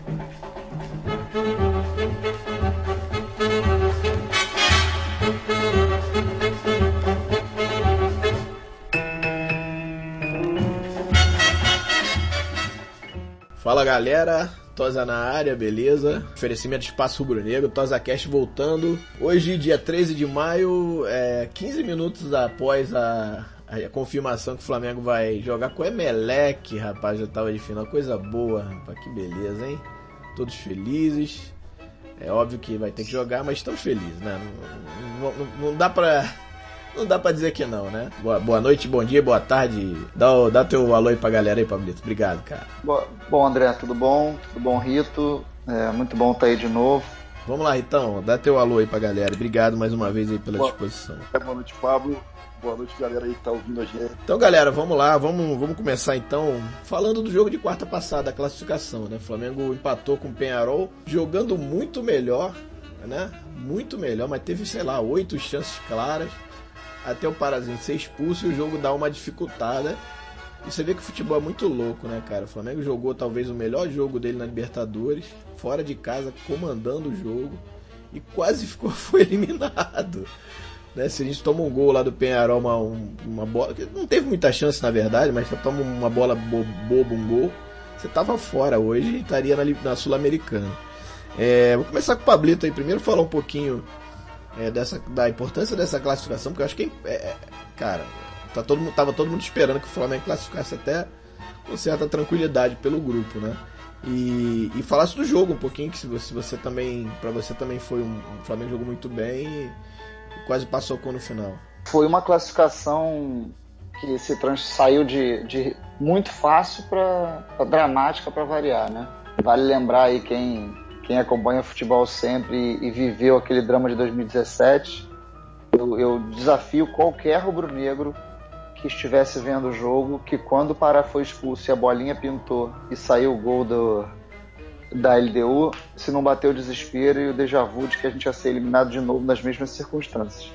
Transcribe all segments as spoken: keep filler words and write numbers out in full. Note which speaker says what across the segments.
Speaker 1: Fala galera, Tosa na área, beleza? Oferecimento de Espaço Rubro-Negro, TosaCast voltando. Hoje, dia treze de maio, é, quinze minutos após a, a confirmação que o Flamengo vai jogar com o Emelec, rapaz, já tava de final, coisa boa, rapaz, que beleza, hein? Todos felizes, é óbvio que vai ter que jogar, mas estamos felizes, né? Não, não, não dá pra... Não dá pra dizer que não, né? Boa, boa noite, bom dia, boa tarde. Dá, dá teu alô aí pra galera aí, Pablito. Obrigado, cara.
Speaker 2: Boa, bom, André, tudo bom? Tudo bom, Rito? É muito bom estar aí de novo.
Speaker 1: Vamos lá, Ritão. Dá teu alô aí pra galera. Obrigado mais uma vez aí pela boa, disposição.
Speaker 3: Boa noite, Pablo. Boa noite, galera aí que tá ouvindo a gente.
Speaker 1: Então, galera, vamos lá. Vamos, vamos começar, então, falando do jogo de quarta passada, a classificação, né? O Flamengo empatou com o Peñarol, jogando muito melhor, né? Muito melhor, mas teve, sei lá, oito chances claras. Até o Parazinho ser expulso e o jogo dá uma dificultada. E você vê que o futebol é muito louco, né, cara? O Flamengo jogou talvez o melhor jogo dele na Libertadores, fora de casa, comandando o jogo, e quase ficou, foi eliminado. Né? Se a gente toma um gol lá do Peñarol, uma, uma bola, que não teve muita chance na verdade, mas você toma uma bola bo, boba, um gol, você tava fora hoje e estaria na, na Sul-Americana. É, vou começar com o Pablito aí, primeiro falar um pouquinho... É, dessa, da importância dessa classificação, porque eu acho que, é, é, cara, tá todo, tava todo mundo esperando que o Flamengo classificasse até com certa tranquilidade pelo grupo, né? E, e falasse do jogo um pouquinho, que se você, se você também, pra você também foi um, o Flamengo jogou muito bem e, e quase passou com no final.
Speaker 2: Foi uma classificação que se trans, saiu de, de muito fácil para dramática para variar, né? Vale lembrar aí quem... Quem acompanha futebol sempre e, e viveu aquele drama de dois mil e dezessete, eu, eu desafio qualquer rubro-negro que estivesse vendo o jogo, que quando o Pará foi expulso e a bolinha pintou e saiu o gol do, da L D U, se não bateu o desespero e o déjà vu de que a gente ia ser eliminado de novo nas mesmas circunstâncias.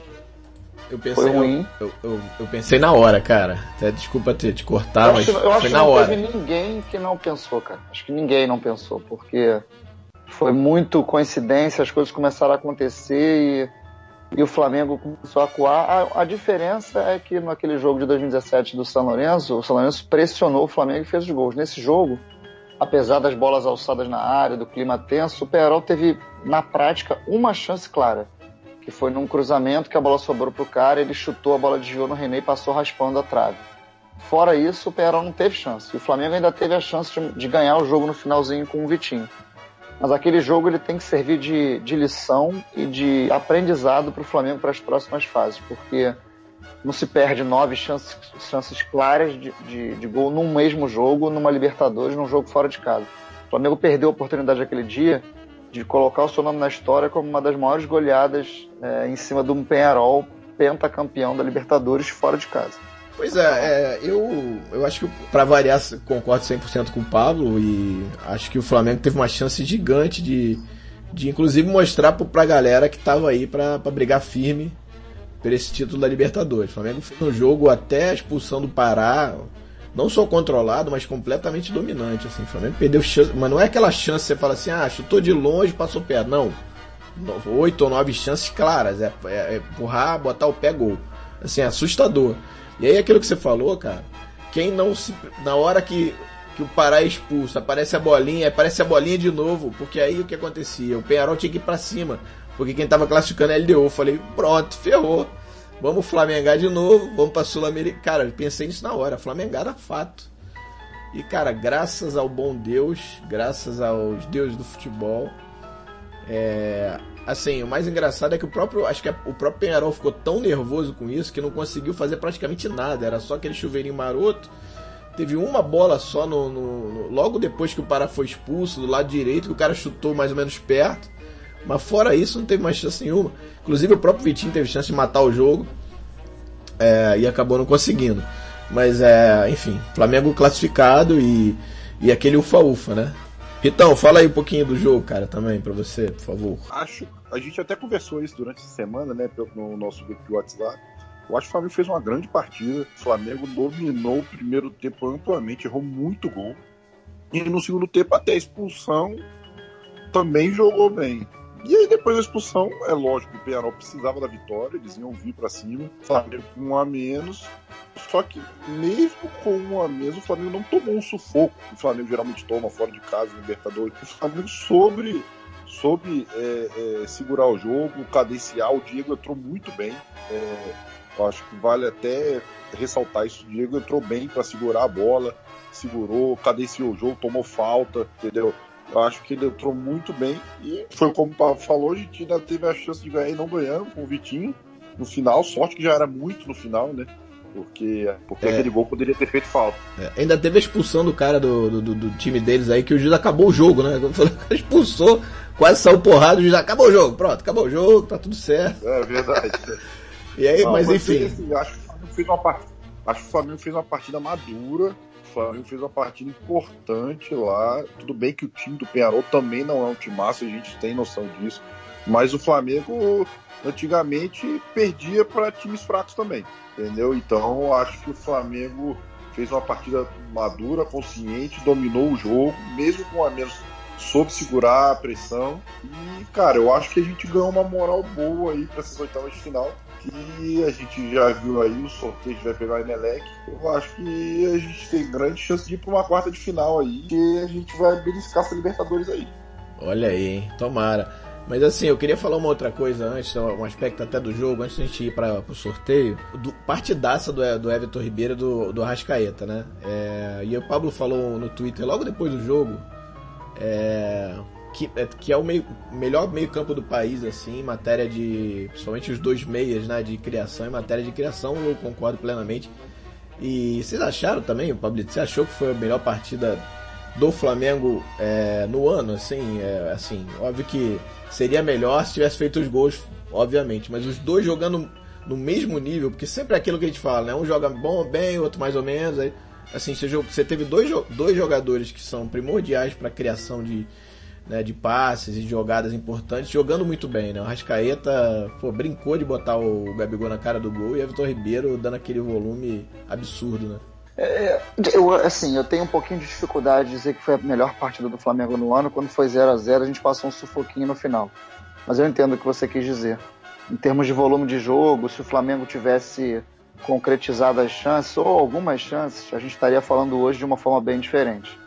Speaker 1: Eu pensei, foi ruim. Eu, eu, eu, eu pensei na hora, cara. Até desculpa te, te cortar,
Speaker 2: eu
Speaker 1: mas
Speaker 2: acho, eu
Speaker 1: foi
Speaker 2: acho
Speaker 1: na
Speaker 2: que
Speaker 1: hora.
Speaker 2: Não teve ninguém que não pensou, cara. Acho que ninguém não pensou, porque... Foi muito coincidência, as coisas começaram a acontecer e, e o Flamengo começou a acuar. A, a diferença é que naquele jogo de dois mil e dezessete do São Lourenço, o São Lourenço pressionou o Flamengo e fez os gols. Nesse jogo, apesar das bolas alçadas na área, do clima tenso, o Peñarol teve, na prática, uma chance clara, que foi num cruzamento que a bola sobrou pro cara, ele chutou, a bola desviou no René e passou raspando a trave. Fora isso, o Peñarol não teve chance. E o Flamengo ainda teve a chance de, de ganhar o jogo no finalzinho com o Vitinho. Mas aquele jogo ele tem que servir de, de lição e de aprendizado para o Flamengo para as próximas fases, porque não se perde nove chances, chances claras de, de, de gol num mesmo jogo, numa Libertadores, num jogo fora de casa. O Flamengo perdeu a oportunidade aquele dia de colocar o seu nome na história como uma das maiores goleadas é, em cima de um Peñarol pentacampeão da Libertadores fora de casa.
Speaker 1: Pois é, é, eu, eu acho que, pra variar, concordo cem por cento com o Pablo e acho que o Flamengo teve uma chance gigante de, de inclusive, mostrar pra galera que tava aí pra, pra brigar firme por esse título da Libertadores. O Flamengo fez um jogo até a expulsão do Pará, não só controlado, mas completamente dominante. Assim. O Flamengo perdeu chance, mas não é aquela chance que você fala assim, ah, chutou de longe, passou perto. Não, oito ou nove chances claras, é, é, é empurrar, botar o pé, gol. Assim, assustador. E aí aquilo que você falou, cara, quem não se... Na hora que, que o Pará é expulso, aparece a bolinha, aparece a bolinha de novo, porque aí o que acontecia? O Peñarol tinha que ir pra cima, porque quem tava classificando é a L D U. Eu falei, pronto, ferrou. Vamos flamengar de novo, vamos pra Sul-Americana. Cara, eu pensei nisso na hora, flamengar era fato. E, cara, graças ao bom Deus, graças aos deuses do futebol, é... Assim, o mais engraçado é que o próprio, acho que o próprio Peñarol ficou tão nervoso com isso que não conseguiu fazer praticamente nada. Era só aquele chuveirinho maroto. Teve uma bola só no, no, no, logo depois que o Pará foi expulso, do lado direito, que o cara chutou mais ou menos perto. Mas fora isso, não teve mais chance nenhuma. Inclusive o próprio Vitinho teve chance de matar o jogo é, e acabou não conseguindo. Mas, é, enfim, Flamengo classificado e, e aquele ufa-ufa, né? Então, fala aí um pouquinho do jogo, cara, também, pra você, por favor.
Speaker 3: Acho, a gente até conversou isso durante essa semana, né, no nosso grupo de WhatsApp. Eu acho que o Flamengo fez uma grande partida. O Flamengo dominou o primeiro tempo amplamente, errou muito gol. E no segundo tempo, até a expulsão, também jogou bem. E aí depois da expulsão, é lógico que o Peñarol precisava da vitória, eles iam vir pra cima, o Flamengo com um a menos, só que mesmo com um a menos, o Flamengo não tomou um sufoco que o Flamengo geralmente toma fora de casa, no Libertadores. O Flamengo soube, soube é, é, segurar o jogo, cadenciar, o Diego entrou muito bem, é, eu acho que vale até ressaltar isso, o Diego entrou bem para segurar a bola, segurou, cadenciou o jogo, tomou falta, entendeu? Eu acho que ele entrou muito bem e foi como o Pablo falou, a gente ainda teve a chance de ganhar e não ganhando com o Vitinho no final, sorte que já era muito no final, né? Porque, porque é. aquele gol poderia ter feito falta.
Speaker 1: É, ainda teve a expulsão do cara do, do, do time deles aí, que o juiz acabou o jogo, né? Expulsou, quase saiu porrada, o juiz acabou o jogo, pronto, acabou o jogo, tá tudo certo.
Speaker 3: É verdade.
Speaker 1: E aí, não, mas, mas enfim.
Speaker 3: Assim, acho que o Flamengo fez uma partida, acho que o Flamengo fez uma partida madura. O Flamengo fez uma partida importante lá. Tudo bem que o time do Peñarol também não é um timaço, a gente tem noção disso. Mas o Flamengo antigamente perdia para times fracos também, entendeu? Então acho que o Flamengo fez uma partida madura, consciente, dominou o jogo, mesmo com a menos, soube segurar a pressão. E, cara, eu acho que a gente ganhou uma moral boa aí para essas oitavas de final. E a gente já viu aí o sorteio, vai pegar o Emelec. Eu acho que a gente tem grande chance de ir para uma quarta de final aí, que a gente vai beliscar essa Libertadores aí.
Speaker 1: Olha aí, hein? Tomara. Mas assim, eu queria falar uma outra coisa antes, um aspecto até do jogo, antes da gente ir para o sorteio. Do, partidaça do, do Everton Ribeiro e do, do Arrascaeta, né? É, e o Pablo falou no Twitter logo depois do jogo, é, que, é, que é o meio, melhor meio campo do país, assim, em matéria de, principalmente os dois meias, né, de criação, em matéria de criação, eu concordo plenamente. E vocês acharam também, Pablito, você achou que foi a melhor partida do Flamengo é, no ano, assim, é, assim, óbvio que seria melhor se tivesse feito os gols, obviamente, mas os dois jogando no mesmo nível, porque sempre é aquilo que a gente fala, né, um joga bom, bem, outro mais ou menos, aí, assim, você, você teve dois, dois jogadores que são primordiais para a criação de, né, de passes e de jogadas importantes, jogando muito bem, né, o Arrascaeta, pô, brincou de botar o Gabigol na cara do gol e o Everton Ribeiro dando aquele volume absurdo, né.
Speaker 2: É, eu, assim, eu tenho um pouquinho de dificuldade de dizer que foi a melhor partida do Flamengo no ano. Quando foi zero a zero a gente passou um sufoquinho no final, mas eu entendo o que você quis dizer em termos de volume de jogo. Se o Flamengo tivesse concretizado as chances, ou algumas chances, a gente estaria falando hoje de uma forma bem diferente.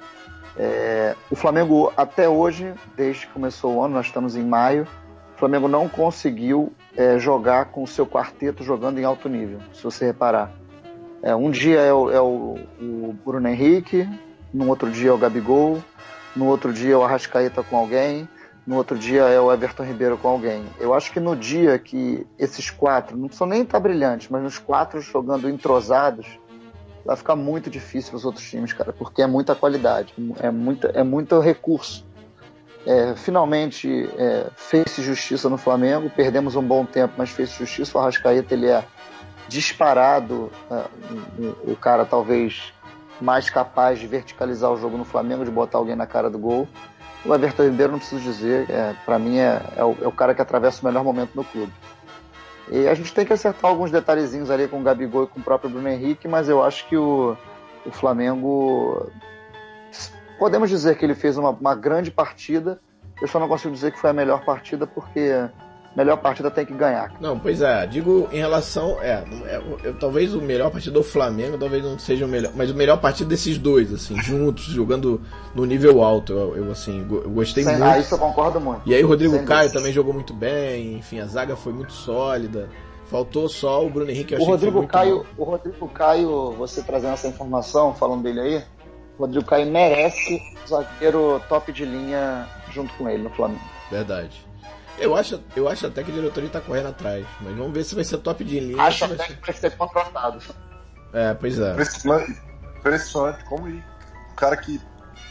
Speaker 2: É, o Flamengo até hoje, desde que começou o ano, nós estamos em maio, o Flamengo não conseguiu é, jogar com o seu quarteto jogando em alto nível, se você reparar. É, um dia é, o, é o, o Bruno Henrique, no outro dia é o Gabigol, no outro dia é o Arrascaeta com alguém, no outro dia é o Everton Ribeiro com alguém. Eu acho que no dia que esses quatro, não precisam nem estar brilhantes, mas nos quatro jogando entrosados, vai ficar muito difícil para os outros times, cara, porque é muita qualidade, é, muita, é muito recurso. É, finalmente é, fez-se justiça no Flamengo, perdemos um bom tempo, mas fez-se justiça. O Arrascaeta, ele é disparado, uh, o, o cara talvez mais capaz de verticalizar o jogo no Flamengo, de botar alguém na cara do gol. O Everton Ribeiro, não preciso dizer, é, para mim é, é, o, é o cara que atravessa o melhor momento no clube. E a gente tem que acertar alguns detalhezinhos ali com o Gabigol e com o próprio Bruno Henrique, mas eu acho que o, o Flamengo, podemos dizer que ele fez uma, uma grande partida. Eu só não consigo dizer que foi a melhor partida, porque melhor partida tem que ganhar.
Speaker 1: Não, pois é, digo em relação, é, é eu, talvez o melhor partido do Flamengo talvez não seja o melhor, mas o melhor partido desses dois, assim, juntos, jogando no nível alto, eu, eu assim, eu gostei Sem, muito.
Speaker 2: Ah, isso eu concordo muito.
Speaker 1: E aí o Rodrigo Sem Caio dúvida. também jogou muito bem, enfim, a zaga foi muito sólida, faltou só o Bruno Henrique, eu
Speaker 2: o
Speaker 1: achei
Speaker 2: Rodrigo
Speaker 1: que foi muito
Speaker 2: Caio,
Speaker 1: bom.
Speaker 2: O Rodrigo Caio, você trazendo essa informação, falando dele aí, o Rodrigo Caio merece zagueiro top de linha junto com ele no Flamengo.
Speaker 1: Verdade. Eu acho, eu acho até que a diretoria tá correndo atrás, mas vamos ver se vai ser top de linha.
Speaker 2: Acho
Speaker 1: até
Speaker 2: vai ser... que vai ser contratado.
Speaker 1: É, pois é.
Speaker 3: Impressionante, impressionante como ele, um cara que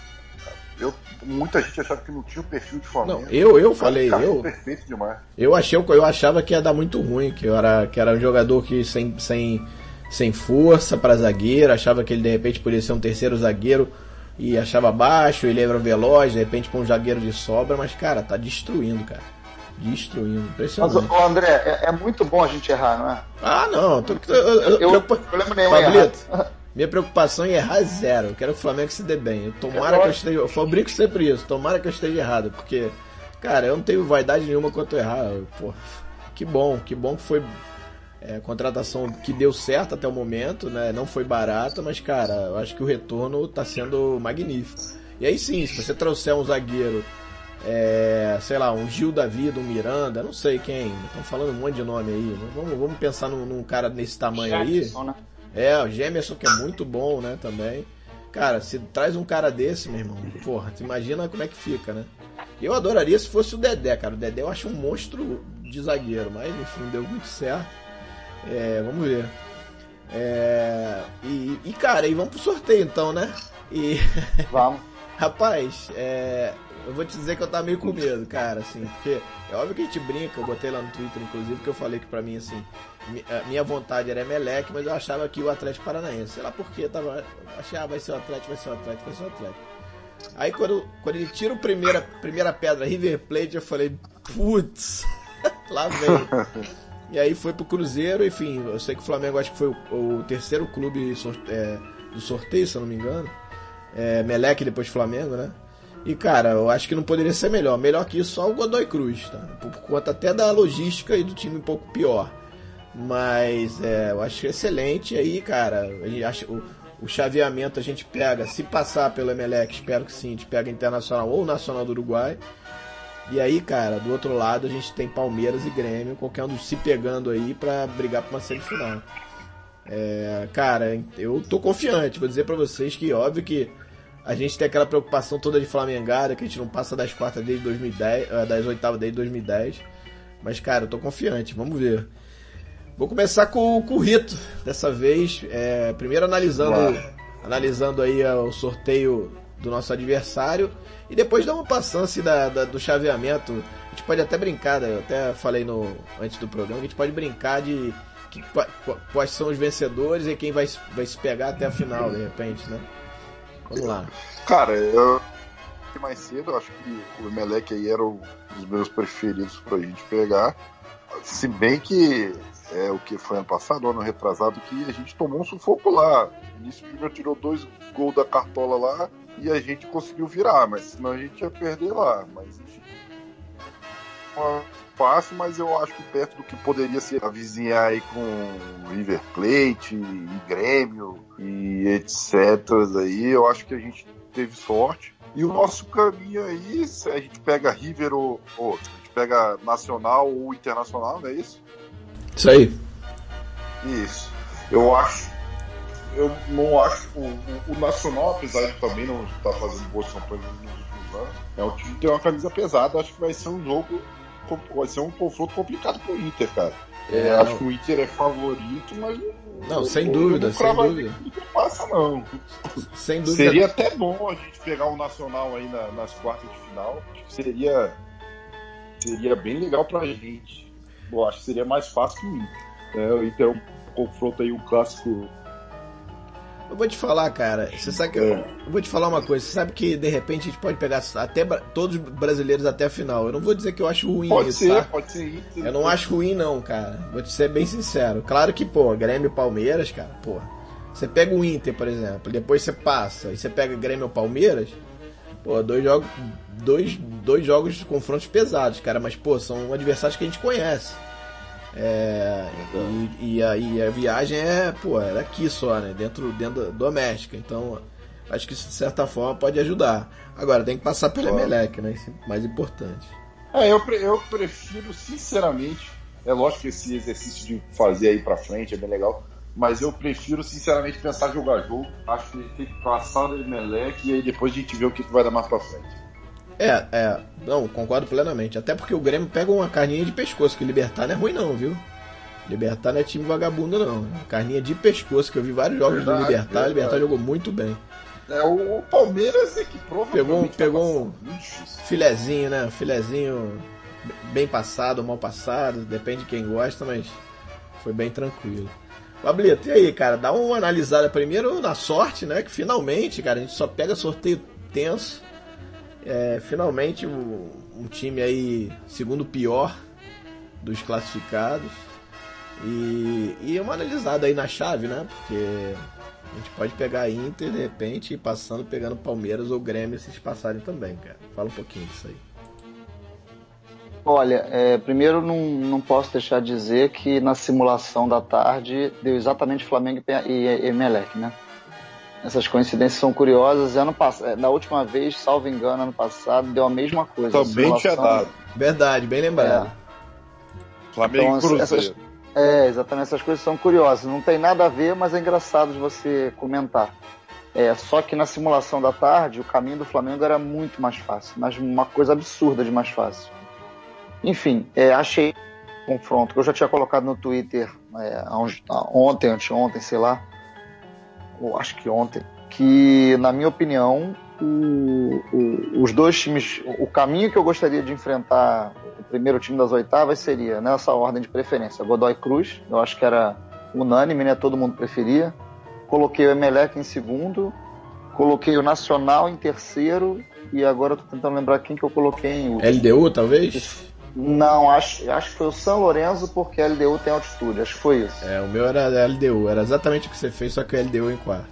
Speaker 3: eu, muita gente achava que não tinha o perfil de Flamengo.
Speaker 1: Não, eu, eu falei, eu
Speaker 3: perfeito demais.
Speaker 1: Eu achei, eu achava que ia dar muito ruim, que era, que era um jogador que sem, sem, sem força para zagueiro, achava que ele de repente poderia ser um terceiro zagueiro e achava baixo, ele era veloz, de repente com um zagueiro de sobra, mas cara, tá destruindo, cara. Destruindo, impressionante.
Speaker 2: Mas, André, é, é muito bom a gente errar, não é?
Speaker 1: Ah, não. Tô, eu, eu, eu,
Speaker 2: preocupa... problema nenhum
Speaker 1: Pablito, errar. Minha preocupação é errar zero. Eu quero que o Flamengo se dê bem. Eu, tomara é que eu esteja. Eu fabrico sempre isso. Tomara que eu esteja errado, porque Cara, eu não tenho vaidade nenhuma quanto errar. Pô, que bom, que bom que foi é, contratação que deu certo até o momento, né? Não foi barata, mas, cara, eu acho que o retorno tá sendo magnífico. E aí sim, se você trouxer um zagueiro, é, sei lá, um Gil da vida, um Miranda, não sei quem, estão falando um monte de nome aí. Vamos, vamos pensar num, num cara desse tamanho
Speaker 2: Jackson,
Speaker 1: aí.
Speaker 2: né?
Speaker 1: É, o Gemerson, que é muito bom, né, também. Cara, se traz um cara desse, meu irmão, porra, tu imagina como é que fica, né? Eu adoraria se fosse o Dedé, cara. O Dedé eu acho um monstro de zagueiro, mas enfim, deu muito certo. É, vamos ver. É, e, e, cara, e vamos pro sorteio então, né? E,
Speaker 2: Vamos.
Speaker 1: rapaz, é, eu vou te dizer que eu tava meio com medo, cara, assim, porque é óbvio que a gente brinca, eu botei lá no Twitter, inclusive, que eu falei que pra mim, assim, minha vontade era Emelec, mas eu achava que o Atlético Paranaense, sei lá por quê, tava, achei, ah, vai ser o Atlético, vai ser o Atlético, vai ser o Atlético. Aí quando, quando ele tira a primeira, primeira pedra, River Plate, eu falei, putz, lá vem. E aí foi pro Cruzeiro, enfim, eu sei que o Flamengo acho que foi o, o terceiro clube é, do sorteio, se eu não me engano. É, Meleque depois Flamengo, né? E cara, eu acho que não poderia ser melhor. Melhor que isso só o Godoy Cruz, tá? Por conta até da logística e do time um pouco pior. Mas é, eu acho excelente. E aí, cara, a gente acha, o, o chaveamento a gente pega, se passar pelo Emelec, espero que sim, a gente pega Internacional ou Nacional do Uruguai. E aí, cara, do outro lado a gente tem Palmeiras e Grêmio, qualquer um se pegando aí pra brigar pra uma semifinal. É, cara, eu tô confiante, vou dizer pra vocês que óbvio que a gente tem aquela preocupação toda de flamengada, que a gente não passa das quartas desde dois mil e dez, das oitavas desde dois mil e dez. Mas, cara, eu tô confiante, vamos ver. Vou começar com, com o Rito, dessa vez. É, primeiro analisando, analisando aí o sorteio do nosso adversário e depois dar uma passância da, da, do chaveamento. A gente pode até brincar, né? Eu até falei no, antes do programa, que a gente pode brincar de que, quais são os vencedores e quem vai, vai se pegar até a final, de repente, né? Vamos lá.
Speaker 3: Cara, eu mais cedo, eu acho que o Emelec aí era um dos meus preferidos pra gente pegar. Se bem que é o que foi ano passado, ano retrasado, que a gente tomou um sufoco lá. O Vinícius Júnior tirou dois gols da cartola lá e a gente conseguiu virar, mas senão a gente ia perder lá. Mas enfim, fácil, mas eu acho que perto do que poderia ser a vizinhar aí com River Plate e Grêmio e etc. Aí, eu acho que a gente teve sorte. E o nosso caminho aí, se a gente pega River ou, ou a gente pega Nacional ou Internacional, não é isso?
Speaker 1: Isso aí.
Speaker 3: Isso. Eu acho. Eu não acho. O, o, o Nacional, apesar de também não estar fazendo boas campanhas nos últimos anos, é um time que tem uma camisa pesada. Acho que vai ser um jogo. Vai ser um confronto complicado pro Inter, cara. É, acho não. que o Inter é favorito, mas.
Speaker 1: Não, sem dúvida, sem dúvida.
Speaker 3: Não passa, não.
Speaker 1: Sem dúvida.
Speaker 3: Seria até bom a gente pegar um Nacional aí na, nas quartas de final. Acho que seria. Seria bem legal pra gente. Eu acho que seria mais fácil que o Inter. É, o Inter é um confronto aí, um clássico.
Speaker 1: Eu vou te falar, cara, você sabe que
Speaker 3: é.
Speaker 1: eu vou te falar uma coisa, você sabe que de repente a gente pode pegar até todos os brasileiros até a final. Eu não vou dizer que eu acho ruim
Speaker 3: pode
Speaker 1: isso,
Speaker 3: ser,
Speaker 1: tá?
Speaker 3: Pode ser isso.
Speaker 1: Eu não acho ruim não, cara. Vou te ser bem sincero. Claro que, pô, Grêmio e Palmeiras, cara, pô. Você pega o Inter, por exemplo, depois você passa e você pega Grêmio ou Palmeiras, pô, dois jogos, dois, dois jogos de confrontos pesados, cara, mas pô, são adversários que a gente conhece. É, e, e, a, e a viagem é, pô, é daqui só, né? Dentro, dentro da doméstica. Então, acho que isso de certa forma pode ajudar. Agora, tem que passar pelo Emelec, né? Isso é mais importante.
Speaker 3: É, eu, eu prefiro, sinceramente, é lógico que esse exercício de fazer aí pra frente é bem legal, mas eu prefiro, sinceramente, pensar em jogar jogo. Acho que tem que passar do Emelec e aí depois a gente vê o que vai dar mais pra frente.
Speaker 1: É, é, não, concordo plenamente. Até porque o Grêmio pega uma carninha de pescoço, que Libertar não é ruim não, viu? Libertar não é time vagabundo não. Carninha de pescoço, que eu vi vários jogos verdade, do Libertar, verdade. O Libertar jogou muito bem.
Speaker 3: É, o Palmeiras é que provavelmente
Speaker 1: pegou, pegou um filezinho, né? Um filezinho bem passado, mal passado, depende de quem gosta, mas foi bem tranquilo. Pablito, e aí, cara? Dá uma analisada primeiro na sorte, né? Que finalmente, cara, a gente só pega sorteio tenso. É, finalmente um, um time aí segundo pior dos classificados e, e uma analisada aí na chave, né? Porque a gente pode pegar a Inter de repente e passando pegando Palmeiras ou Grêmio se eles passarem também, cara. Fala um pouquinho disso aí.
Speaker 2: Olha, é, primeiro não, não posso deixar de dizer que na simulação da tarde deu exatamente Flamengo e, e Emelec, né? Essas coincidências são curiosas. Ano passado, na última vez, salvo engano, ano passado, deu a mesma coisa.
Speaker 3: Também tinha dado.
Speaker 1: Verdade, bem lembrado.
Speaker 2: É.
Speaker 3: Flamengo
Speaker 2: Então,
Speaker 3: e Cruzeiro.
Speaker 2: essas, é, exatamente, essas coisas são curiosas. Não tem nada a ver, mas é engraçado de você comentar. É, só que na simulação da tarde, o caminho do Flamengo era muito mais fácil. Mas uma coisa absurda de mais fácil. Enfim, é, achei um confronto que eu já tinha colocado no Twitter é, ontem, anteontem, sei lá. Ou acho que ontem. Que, na minha opinião, o, o, os dois times... O caminho que eu gostaria de enfrentar o primeiro time das oitavas seria nessa ordem de preferência. Godoy Cruz, eu acho que era unânime, né? Todo mundo preferia. Coloquei o Emelec em segundo. Coloquei o Nacional em terceiro. E agora eu tô tentando lembrar quem que eu coloquei em último.
Speaker 1: L D U, talvez?
Speaker 2: Não, acho, acho que foi o São Lourenço, porque a L D U tem altitude. Acho que foi isso.
Speaker 1: É, o meu era L D U. Era exatamente o que você fez, só que o L D U em quarto.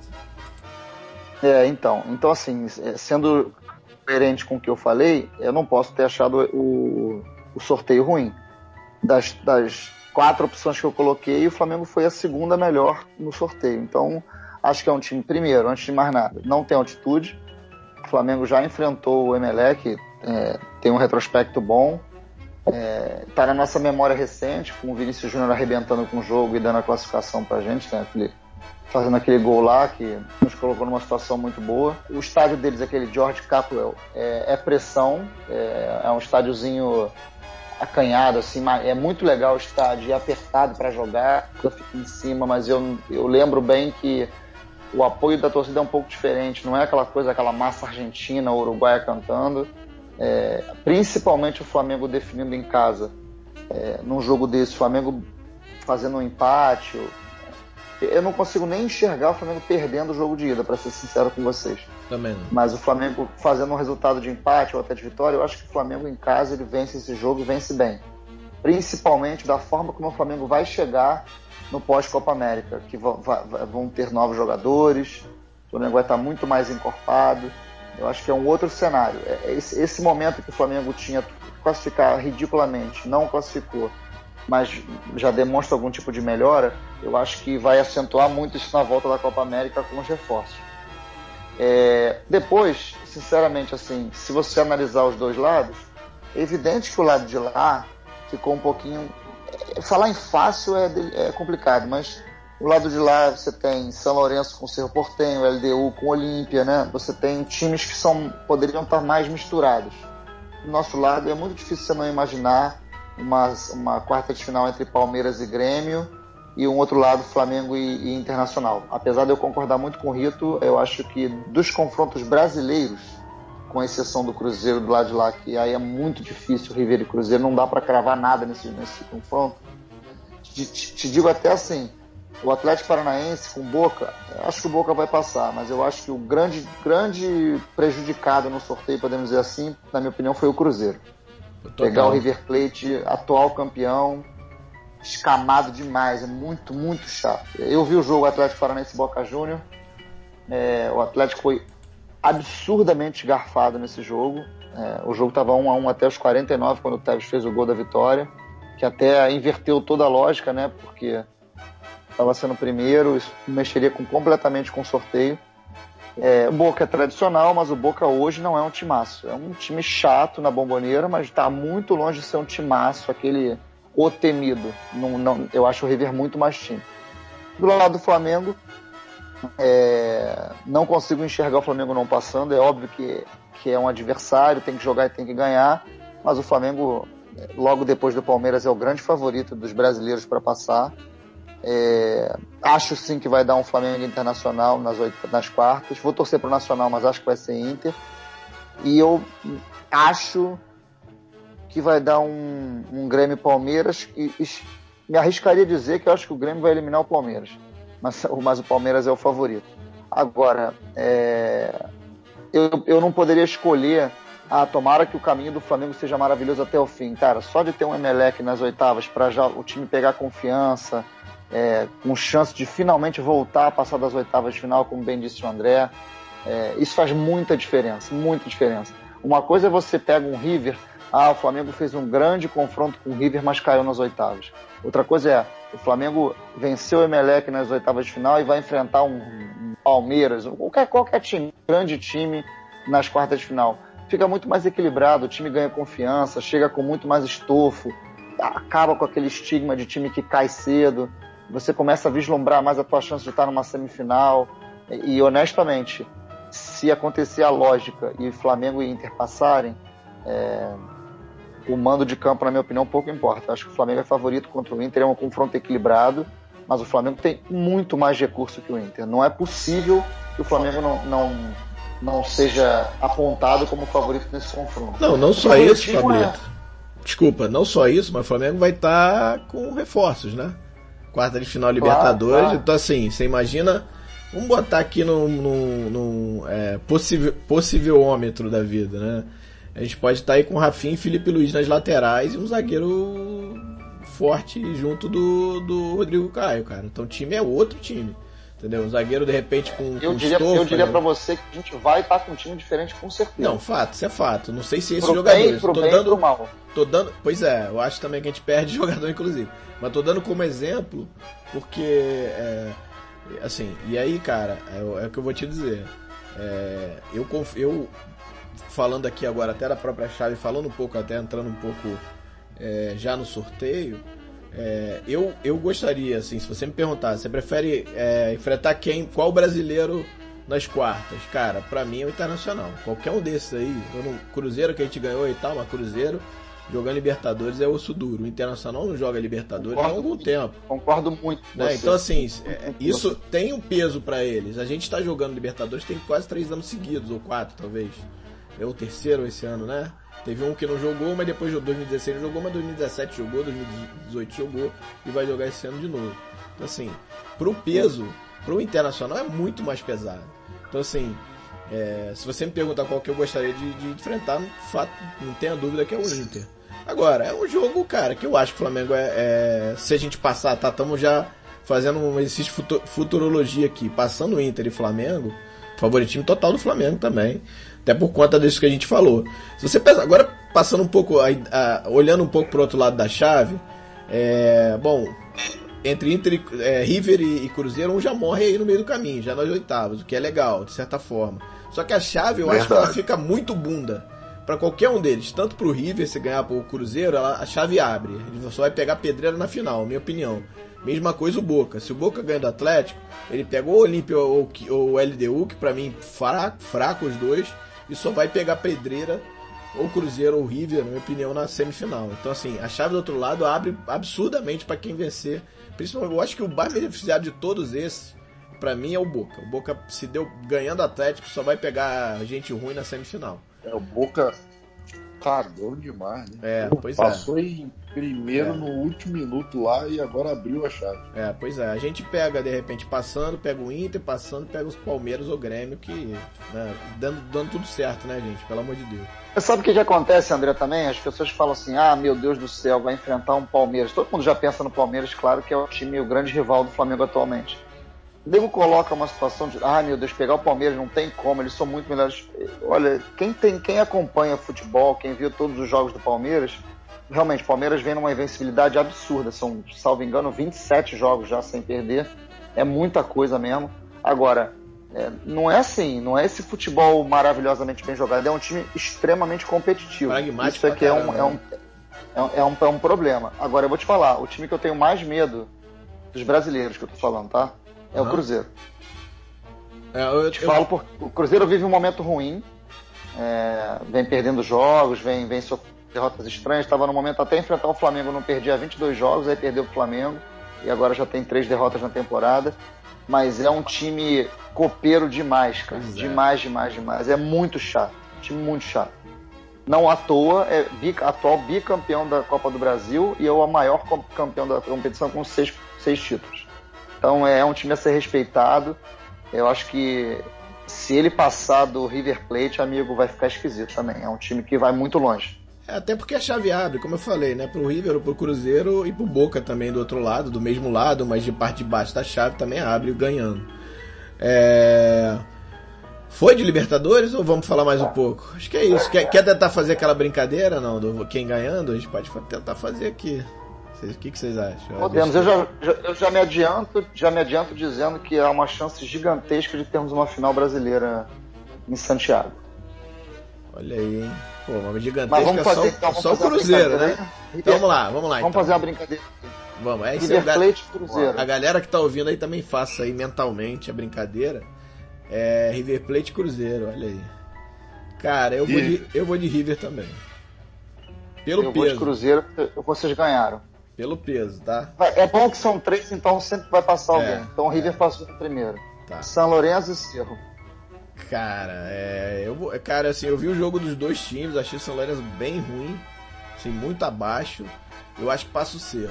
Speaker 2: É, então. Então, assim, sendo coerente com o que eu falei, eu não posso ter achado o, o sorteio ruim. Das, das quatro opções que eu coloquei, o Flamengo foi a segunda melhor no sorteio. Então, acho que é um time, primeiro, antes de mais nada, não tem altitude. O Flamengo já enfrentou o Emelec, é, tem um retrospecto bom. É, tá na nossa memória recente, com o Vinícius Júnior arrebentando com o jogo e dando a classificação pra gente, né? Aquele, fazendo aquele gol lá que nos colocou numa situação muito boa. O estádio deles, aquele George Capwell, é, é pressão, é, é um estádiozinho acanhado, assim, é muito legal o estádio, é apertado para jogar, eu fico em cima, mas eu, eu lembro bem que o apoio da torcida é um pouco diferente, não é aquela coisa, aquela massa argentina, uruguaia cantando. É, principalmente o Flamengo definindo em casa, é, num jogo desse, o Flamengo fazendo um empate, eu, eu não consigo nem enxergar o Flamengo perdendo o jogo de ida, para ser sincero com vocês.
Speaker 1: Também não.
Speaker 2: Mas o Flamengo fazendo um resultado de empate ou até de vitória, eu acho que o Flamengo em casa ele vence esse jogo e vence bem, principalmente da forma como o Flamengo vai chegar no pós-Copa América, que vão, vão ter novos jogadores, o Flamengo vai estar muito mais encorpado. Eu acho que é um outro cenário. Esse, esse momento que o Flamengo tinha que classificar ridiculamente, não classificou, mas já demonstra algum tipo de melhora, eu acho que vai acentuar muito isso na volta da Copa América com os reforços. É, depois, sinceramente, assim, se você analisar os dois lados, é evidente que o lado de lá ficou um pouquinho... Falar em fácil é, é complicado, mas... O lado de lá você tem São Lourenço com o Cerro Porteño, L D U com Olímpia, né? Você tem times que são, poderiam estar mais misturados. Do nosso lado é muito difícil você não imaginar uma, uma quarta de final entre Palmeiras e Grêmio e um outro lado Flamengo e, e Internacional. Apesar de eu concordar muito com o Rito, eu acho que dos confrontos brasileiros, com exceção do Cruzeiro do lado de lá, que aí é muito difícil, River e Cruzeiro, não dá para cravar nada nesse, nesse confronto. Te, te, te digo até assim, o Atlético Paranaense com o Boca, acho que o Boca vai passar, mas eu acho que o grande, grande prejudicado no sorteio, podemos dizer assim, na minha opinião, foi o Cruzeiro. Total. Pegar o River Plate, atual campeão, escamado demais, é muito, muito chato. Eu vi o jogo Atlético Paranaense e Boca Júnior, é, o Atlético foi absurdamente garfado nesse jogo, é, o jogo estava um a um até os quarenta e nove, quando o Tevez fez o gol da vitória, que até inverteu toda a lógica, né, porque estava sendo o primeiro, isso mexeria com, completamente com o sorteio. É, o Boca é tradicional, mas o Boca hoje não é um timaço. É um time chato na Bombonera, mas está muito longe de ser um timaço, aquele o temido. Não, não, eu acho o River muito mais time. Do lado do Flamengo, é, não consigo enxergar o Flamengo não passando. É óbvio que, que é um adversário, tem que jogar e tem que ganhar, mas o Flamengo, logo depois do Palmeiras, é o grande favorito dos brasileiros para passar. É, acho sim que vai dar um Flamengo Internacional nas, oito, nas quartas. Vou torcer pro Nacional, mas acho que vai ser Inter. E eu acho que vai dar um, um Grêmio Palmeiras. E, e me arriscaria a dizer que eu acho que o Grêmio vai eliminar o Palmeiras. Mas, mas o Palmeiras é o favorito. Agora, é, eu, eu não poderia escolher. Ah, tomara que o caminho do Flamengo seja maravilhoso até o fim. Cara, só de ter um Emelec nas oitavas para já o time pegar confiança. É, com chance de finalmente voltar a passar das oitavas de final, como bem disse o André, é, isso faz muita diferença, muita diferença. Uma coisa é você pega um River Ah, o Flamengo fez um grande confronto com o River, mas caiu nas oitavas. Outra coisa é, o Flamengo venceu o Emelec nas oitavas de final e vai enfrentar um, um Palmeiras, qualquer, qualquer time, grande time nas quartas de final. Fica muito mais equilibrado, o time ganha confiança, chega com muito mais estofo, acaba com aquele estigma de time que cai cedo, você começa a vislumbrar mais a tua chance de estar numa semifinal. E, e honestamente, se acontecer a lógica e Flamengo e Inter passarem, é, o mando de campo, na minha opinião, pouco importa. Eu acho que o Flamengo é favorito contra o Inter, é um confronto equilibrado, mas o Flamengo tem muito mais recurso que o Inter. Não é possível que o Flamengo não, não, não seja apontado como favorito nesse confronto.
Speaker 1: Não, não só isso, Fabrício. É... Desculpa, não só isso, mas o Flamengo vai estar tá com reforços, né? Quarta de final Libertadores, claro, claro. Então assim, você imagina, vamos botar aqui no, no, no é, possível, possivelômetro da vida, né? A gente pode estar aí com o Rafinha e Felipe Luiz nas laterais e um zagueiro forte junto do, do Rodrigo Caio, cara. Então o time é outro time, entendeu? Um zagueiro de repente com,
Speaker 2: eu
Speaker 1: com
Speaker 2: diria,
Speaker 1: estofa,
Speaker 2: eu diria
Speaker 1: né?
Speaker 2: Pra você que a gente vai estar com um time diferente com certeza.
Speaker 1: Não, fato, isso é fato. Não sei se esses
Speaker 2: pro
Speaker 1: jogadores...
Speaker 2: Bem, pro
Speaker 1: tô
Speaker 2: bem
Speaker 1: dando,
Speaker 2: e pro mal.
Speaker 1: Tô dando, pois é, eu acho também que a gente perde jogador inclusive. Mas tô dando como exemplo porque, é, assim, e aí, cara, é, é o que eu vou te dizer. É, eu confio... Eu, falando aqui agora até da própria chave, falando um pouco, até entrando um pouco é, já no sorteio, é, eu, eu gostaria, assim, se você me perguntar, você prefere é, enfrentar quem, qual brasileiro nas quartas? Cara, pra mim é o Internacional, qualquer um desses aí. Eu não, Cruzeiro que a gente ganhou e tal, mas Cruzeiro jogando Libertadores é osso duro. O Internacional não joga Libertadores há algum tempo.
Speaker 2: Concordo muito com
Speaker 1: né?
Speaker 2: você.
Speaker 1: Então assim, é, isso tem um peso pra eles. A gente tá jogando Libertadores tem quase três anos seguidos, ou quatro talvez. É o terceiro esse ano, né? Teve um que não jogou, mas depois de dois mil e dezesseis não jogou, mas dois mil e dezessete jogou, dois mil e dezoito jogou e vai jogar esse ano de novo. Então assim, pro peso, pro Internacional é muito mais pesado. Então assim, é, se você me perguntar qual que eu gostaria de, de enfrentar, no fato, não tenha dúvida que é o Inter. Agora, é um jogo, cara, que eu acho que o Flamengo é... é se a gente passar, tá, estamos já fazendo um exercício de futurologia aqui, passando o Inter e Flamengo, favoritismo total do Flamengo também. Até por conta disso que a gente falou. Se você pensa, agora passando um pouco, a, a, olhando um pouco pro outro lado da chave, é, bom, entre Inter, é, River e, e Cruzeiro, um já morre aí no meio do caminho, já nas oitavas, o que é legal, de certa forma. Só que a chave, eu Verdade. acho que ela fica muito bunda para qualquer um deles. Tanto pro River, se ganhar pro Cruzeiro, ela, a chave abre. Ele só vai pegar pedreira na final, minha opinião. Mesma coisa o Boca. Se o Boca ganha do Atlético, ele pegou o Olímpia ou, ou o L D U, que pra mim, fraco, fraco os dois, e só vai pegar pedreira ou Cruzeiro ou River, na minha opinião, na semifinal. Então assim, a chave do outro lado abre absurdamente para quem vencer. Principalmente, eu acho que o mais beneficiado de todos esses, para mim, é o Boca. O Boca, se deu ganhando Atlético, só vai pegar gente ruim na semifinal.
Speaker 3: É, o Boca cagou demais, né?
Speaker 1: É, pois
Speaker 3: Passou
Speaker 1: é.
Speaker 3: em primeiro
Speaker 1: é.
Speaker 3: no último minuto lá e agora abriu a chave.
Speaker 1: É, pois é. A gente pega, de repente, passando, pega o Inter, passando, pega os Palmeiras ou Grêmio, que, né, dando, dando tudo certo, né, gente? Pelo amor de Deus.
Speaker 2: Você sabe o que, que acontece, André, também? As pessoas falam assim, ah, meu Deus do céu, vai enfrentar um Palmeiras. Todo mundo já pensa no Palmeiras, claro que é o time, o grande rival do Flamengo atualmente. O Diego coloca uma situação de, ah, meu Deus, pegar o Palmeiras não tem como, eles são muito melhores. Olha, quem, tem, quem acompanha futebol, quem viu todos os jogos do Palmeiras, realmente, o Palmeiras vem numa invencibilidade absurda. São, salvo engano, vinte e sete jogos já sem perder. É muita coisa mesmo. Agora, é, não é assim, não é esse futebol maravilhosamente bem jogado, é um time extremamente competitivo.
Speaker 1: Pragmático.
Speaker 2: Isso aqui é um, é, um, é, um, é, um, é um problema. Agora, eu vou te falar, o time que eu tenho mais medo dos brasileiros que eu tô falando, tá? É uhum. o Cruzeiro.
Speaker 1: É, eu, eu te
Speaker 2: eu... falo porque o Cruzeiro vive um momento ruim, é, vem perdendo jogos, vem, vem sofrendo derrotas estranhas. Estava no momento até enfrentar o Flamengo, não perdia vinte e dois jogos, aí perdeu o Flamengo e agora já tem três derrotas na temporada. Mas é um time copeiro demais, cara. Pois demais, é. demais, demais. É muito chato. Um time muito chato. Não à toa, é bic, atual bicampeão da Copa do Brasil e é o maior campeão da competição com seis, seis títulos. Então é um time a ser respeitado. Eu acho que se ele passar do River Plate, amigo, vai ficar esquisito também. É um time que vai muito longe.
Speaker 1: É, até porque a chave abre, como eu falei, né? Pro River, pro Cruzeiro e pro Boca também do outro lado, do mesmo lado, mas de parte de baixo da chave também abre ganhando. É... Foi de Libertadores ou vamos falar mais um pouco? Acho que é isso. Quer, quer tentar fazer aquela brincadeira, não? Do quem ganhando? A gente pode tentar fazer aqui. O que, que vocês acham?
Speaker 2: Podemos. Eu já, já, eu já me adianto, já me adianto dizendo que há uma chance gigantesca de termos uma final brasileira em Santiago.
Speaker 1: Olha aí, hein? Pô, uma gigantesca.
Speaker 2: Mas vamos fazer,
Speaker 1: só,
Speaker 2: então, vamos
Speaker 1: só o
Speaker 2: fazer
Speaker 1: Cruzeiro, né? Então vamos lá, vamos lá.
Speaker 2: Vamos
Speaker 1: então.
Speaker 2: fazer uma brincadeira.
Speaker 1: Vamos, é isso.
Speaker 2: River Plate e Cruzeiro.
Speaker 1: A galera que tá ouvindo aí também faça aí mentalmente a brincadeira. É River Plate e Cruzeiro, olha aí. Cara, eu vou, de, eu vou de River também. Pelo
Speaker 2: eu
Speaker 1: peso.
Speaker 2: vou de Cruzeiro, vocês ganharam.
Speaker 1: Pelo peso, tá?
Speaker 2: É bom que são três, então sempre vai passar alguém.
Speaker 1: É,
Speaker 2: então o River
Speaker 1: é.
Speaker 2: passou primeiro.
Speaker 1: Tá.
Speaker 2: São Lourenço e Cerro.
Speaker 1: Cara, é, eu vou, cara, assim, eu vi o jogo dos dois times, achei o São Lourenço bem ruim, assim, muito abaixo. Eu acho que passa o Cerro,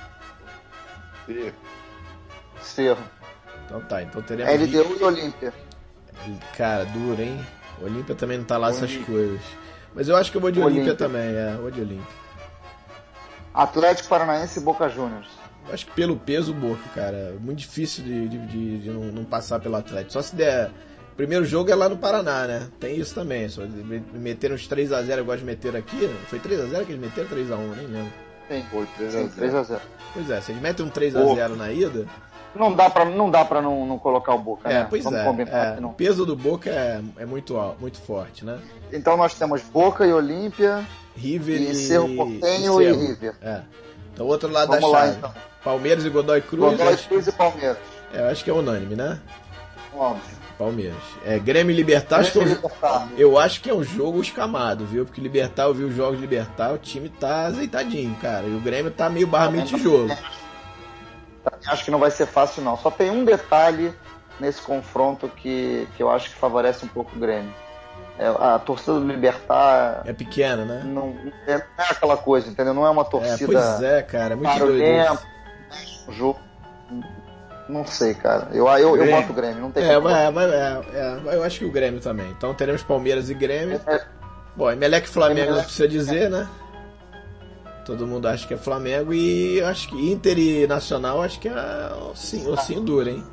Speaker 1: cara.
Speaker 3: Cerro.
Speaker 2: Cerro.
Speaker 1: Então tá, então teremos
Speaker 2: L D U e Olímpia.
Speaker 1: Cara, duro, hein? O Olímpia também não tá lá essas coisas. Mas eu acho que eu vou de Olímpia, Olímpia também, é, eu vou de Olímpia.
Speaker 2: Atlético Paranaense e Boca Juniors.
Speaker 1: Eu acho que pelo peso, Boca, cara, muito difícil de, de, de, de não, não passar pelo Atlético. Só se der... O primeiro jogo é lá no Paraná, né? Tem isso também. Só meteram uns três a zero, eu gosto de meter aqui. Foi três a zero que eles meteram? três a um, nem lembro.
Speaker 2: Sim, foi três a zero.
Speaker 1: Pois é, se eles metem um três a zero na ida...
Speaker 2: Não dá pra não, dá pra não, não colocar o Boca,
Speaker 1: é,
Speaker 2: né?
Speaker 1: Pois
Speaker 2: Vamos
Speaker 1: é,
Speaker 2: combinar
Speaker 1: é.
Speaker 2: Não.
Speaker 1: O peso do Boca é, é muito, muito forte, né?
Speaker 2: Então nós temos Boca e Olímpia,
Speaker 1: River e,
Speaker 2: e Cerro Porteño e, e River.
Speaker 1: É. Então, outro lado
Speaker 2: Vamos
Speaker 1: da
Speaker 2: lá,
Speaker 1: chave.
Speaker 2: então.
Speaker 1: Palmeiras e Godoy Cruz.
Speaker 2: Godoy
Speaker 1: acho...
Speaker 2: Cruz e Palmeiras.
Speaker 1: É, eu acho que é unânime, né?
Speaker 2: Óbvio.
Speaker 1: Palmeiras. É, Grêmio e Libertar, acho que eu...
Speaker 2: Libertar.
Speaker 1: eu acho que é um jogo escamado, viu? Porque Libertar, eu vi os jogos de Libertar, o time tá azeitadinho, cara. E o Grêmio tá meio barra meio tijolo.
Speaker 2: Acho que não vai ser fácil, não. Só tem um detalhe nesse confronto que, que eu acho que favorece um pouco o Grêmio. É, a torcida do Libertar...
Speaker 1: É pequena, né?
Speaker 2: Não é, não é aquela coisa, entendeu? Não é uma torcida...
Speaker 1: É, pois é, cara. É muito doido.
Speaker 2: O jogo... Não sei, cara. Eu, eu, eu voto o Grêmio, não tem
Speaker 1: é,
Speaker 2: como.
Speaker 1: É, é, é, eu acho que o Grêmio também. Então teremos Palmeiras e Grêmio. É. Bom, Emelec e Flamengo não precisa dizer, né? Todo mundo acha que é Flamengo. E eu acho que Inter e Nacional, acho que é o sim, o sim duro, hein?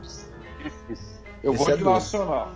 Speaker 3: Eu Esse vou é de duro. Nacional.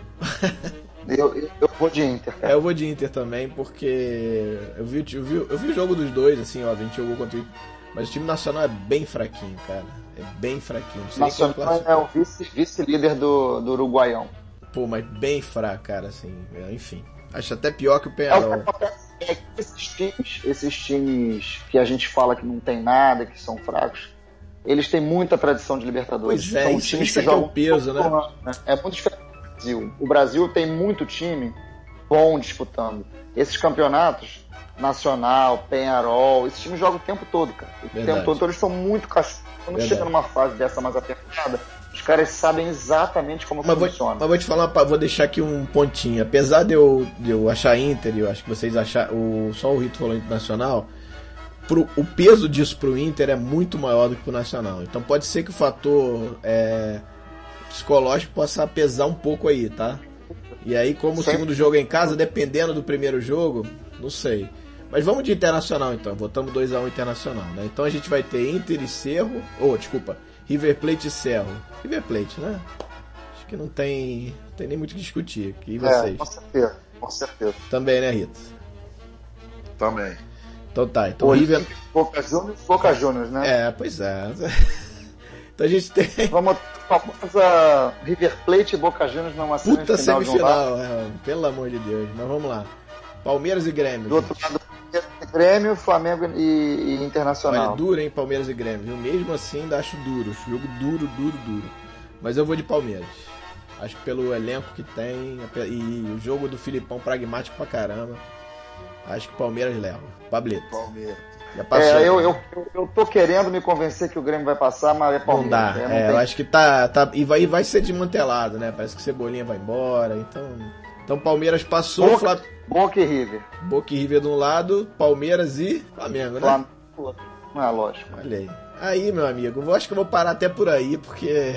Speaker 2: eu, eu, eu vou de Inter, cara.
Speaker 1: É, eu vou de Inter também, porque eu vi, eu vi, eu vi o jogo dos dois, assim, ó, a gente jogou contra o Inter. Mas o time nacional é bem fraquinho, cara. É bem fraquinho.
Speaker 2: O Nacional é o vice, vice-líder do, do Uruguaião.
Speaker 1: Pô, mas bem fraco, cara, assim. Enfim. Acho até pior que o Peñarol.
Speaker 2: É, é, esses times, esses times que a gente fala que não tem nada, que são fracos, eles têm muita tradição de Libertadores.
Speaker 1: Pois é,
Speaker 2: são
Speaker 1: isso,
Speaker 2: times
Speaker 1: isso
Speaker 2: que
Speaker 1: é
Speaker 2: jogam
Speaker 1: o peso, né?
Speaker 2: Ano, né? É muito diferente do Brasil. O Brasil tem muito time bom disputando. Esses campeonatos... Nacional, Peñarol, esses times jogam o tempo todo, cara. O
Speaker 1: Verdade.
Speaker 2: tempo todo, então eles são muito cachorros. Quando Verdade. chega numa fase dessa mais apertada, os caras sabem exatamente como
Speaker 1: mas
Speaker 2: funciona.
Speaker 1: Vou, mas vou te falar, vou deixar aqui um pontinho. Apesar de eu, de eu achar Inter, eu acho que vocês acharam, o, só o Rito falou Internacional, pro, o peso disso pro Inter é muito maior do que pro Nacional. Então pode ser que o fator é, psicológico possa pesar um pouco aí, tá? E aí, como Sempre. o segundo jogo é em casa, dependendo do primeiro jogo, não sei. Mas vamos de Internacional então, votamos dois a um Internacional, né? Então a gente vai ter Inter e Cerro, ou oh, desculpa, River Plate e Cerro. River Plate, né? Acho que não tem, não tem nem muito o que discutir. E vocês?
Speaker 2: É, com certeza, com certeza.
Speaker 1: Também, né, Rita?
Speaker 3: Também.
Speaker 1: Então tá, então
Speaker 2: o
Speaker 1: River...
Speaker 2: Boca Juniors, Boca Juniors, né?
Speaker 1: É, pois é. Então a gente tem...
Speaker 2: Vamos a famosa River Plate e Boca Juniors numa
Speaker 1: Puta
Speaker 2: semifinal,
Speaker 1: semifinal, é, pelo amor de Deus. Mas vamos lá. Palmeiras e Grêmio.
Speaker 2: Do outro lado, Grêmio, Flamengo e, e Internacional.
Speaker 1: Olha, duro, hein, Palmeiras e Grêmio. Viu? Mesmo assim, ainda acho duro. Jogo duro, duro, duro. Mas eu vou de Palmeiras. Acho que pelo elenco que tem e o jogo do Filipão pragmático pra caramba, acho que o Palmeiras leva. Pablito.
Speaker 3: Palmeiras.
Speaker 1: Já passou.
Speaker 2: É, eu, eu, eu tô querendo me convencer que o Grêmio vai passar, mas é Palmeiras.
Speaker 1: Não dá.
Speaker 2: É,
Speaker 1: não
Speaker 2: é,
Speaker 1: eu acho que tá, tá e vai, vai ser desmantelado, né? Parece que Cebolinha vai embora. Então, então Palmeiras passou.
Speaker 2: Boca,
Speaker 1: Fla...
Speaker 2: Boca e River.
Speaker 1: Boca e River de um lado, Palmeiras e Flamengo, né?
Speaker 2: Flamengo. Não é lógico.
Speaker 1: Olha aí. Aí, meu amigo, eu acho que eu vou parar até por aí, porque...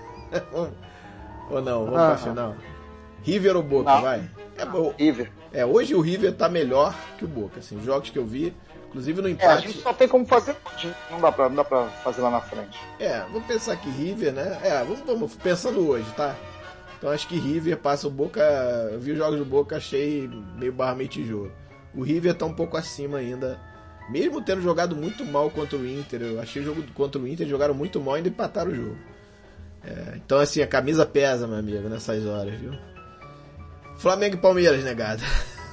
Speaker 1: Ou não, vamos ah, pra final. River ou Boca,
Speaker 2: não.
Speaker 1: vai? É,
Speaker 2: não, River.
Speaker 1: É, hoje o River tá melhor que o Boca, assim, os jogos que eu vi, inclusive no empate...
Speaker 2: É, a gente só tem como fazer, não dá pra, não dá pra fazer lá na frente.
Speaker 1: É, vamos pensar que River, né? É, vamos, vamos pensando hoje, tá? Então acho que River passa o Boca. Eu vi os jogos do Boca, achei meio barra meio tijolo. O River tá um pouco acima ainda. Mesmo tendo jogado muito mal contra o Inter, eu achei o jogo contra o Inter, jogaram muito mal e ainda empataram o jogo. É, então assim, a camisa pesa, meu amigo, nessas horas, viu? Flamengo e Palmeiras, negado.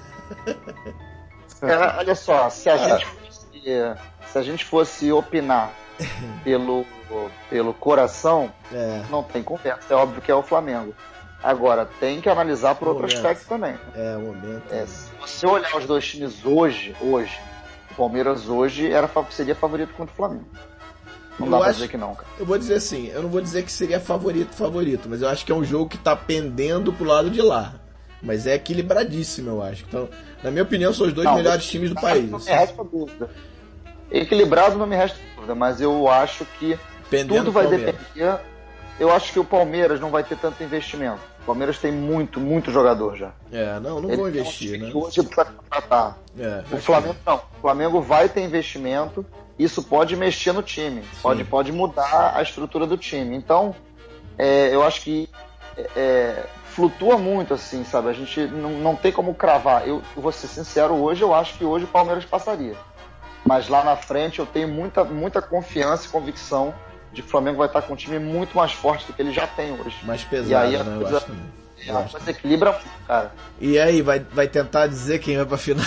Speaker 2: É, olha só, se a, gente fosse, se a gente fosse opinar pelo, pelo coração,
Speaker 1: É.
Speaker 2: não tem conversa, é óbvio que é o Flamengo. Agora, tem que analisar por outro
Speaker 1: Momento.
Speaker 2: aspecto também.
Speaker 1: É, o momento.
Speaker 2: É, se você olhar os dois times hoje, hoje, o Palmeiras hoje era, seria favorito contra o Flamengo. Não
Speaker 1: Eu
Speaker 2: dá pra
Speaker 1: acho-
Speaker 2: dizer que não, cara.
Speaker 1: Eu vou dizer assim, eu não vou dizer que seria favorito, favorito, mas eu acho que é um jogo que tá pendendo pro lado de lá. Mas é equilibradíssimo, eu acho. Então, na minha opinião, são os dois
Speaker 2: Não,
Speaker 1: melhores times do país.
Speaker 2: Não
Speaker 1: assim.
Speaker 2: me resta dúvida. Equilibrado não me resta dúvida, mas eu acho que
Speaker 1: Pendendo
Speaker 2: tudo
Speaker 1: pro
Speaker 2: vai
Speaker 1: Palmeiras.
Speaker 2: depender. Eu acho que o Palmeiras não vai ter tanto investimento. O Palmeiras tem muito, muito jogador já.
Speaker 1: É, não, não
Speaker 2: Ele
Speaker 1: vou
Speaker 2: tem um
Speaker 1: investir,
Speaker 2: time
Speaker 1: né?
Speaker 2: que hoje precisa contratar.
Speaker 1: É,
Speaker 2: O
Speaker 1: acho
Speaker 2: Flamengo não. O Flamengo vai ter investimento. Isso pode mexer no time. Pode, pode mudar a estrutura do time. Então, é, eu acho que é, é, flutua muito, assim, sabe? A gente não, não tem como cravar. Eu, eu vou ser sincero, hoje eu acho que hoje o Palmeiras passaria. Mas lá na frente eu tenho muita, muita confiança e convicção de que o Flamengo vai estar com um time muito mais forte do que ele já tem hoje.
Speaker 1: que mais
Speaker 2: E
Speaker 1: pesado,
Speaker 2: aí a
Speaker 1: né? Eu
Speaker 2: coisa-
Speaker 1: acho também. Eu
Speaker 2: A
Speaker 1: acho
Speaker 2: coisa equilibra muito, cara.
Speaker 1: E aí, vai, vai tentar dizer quem vai pra final?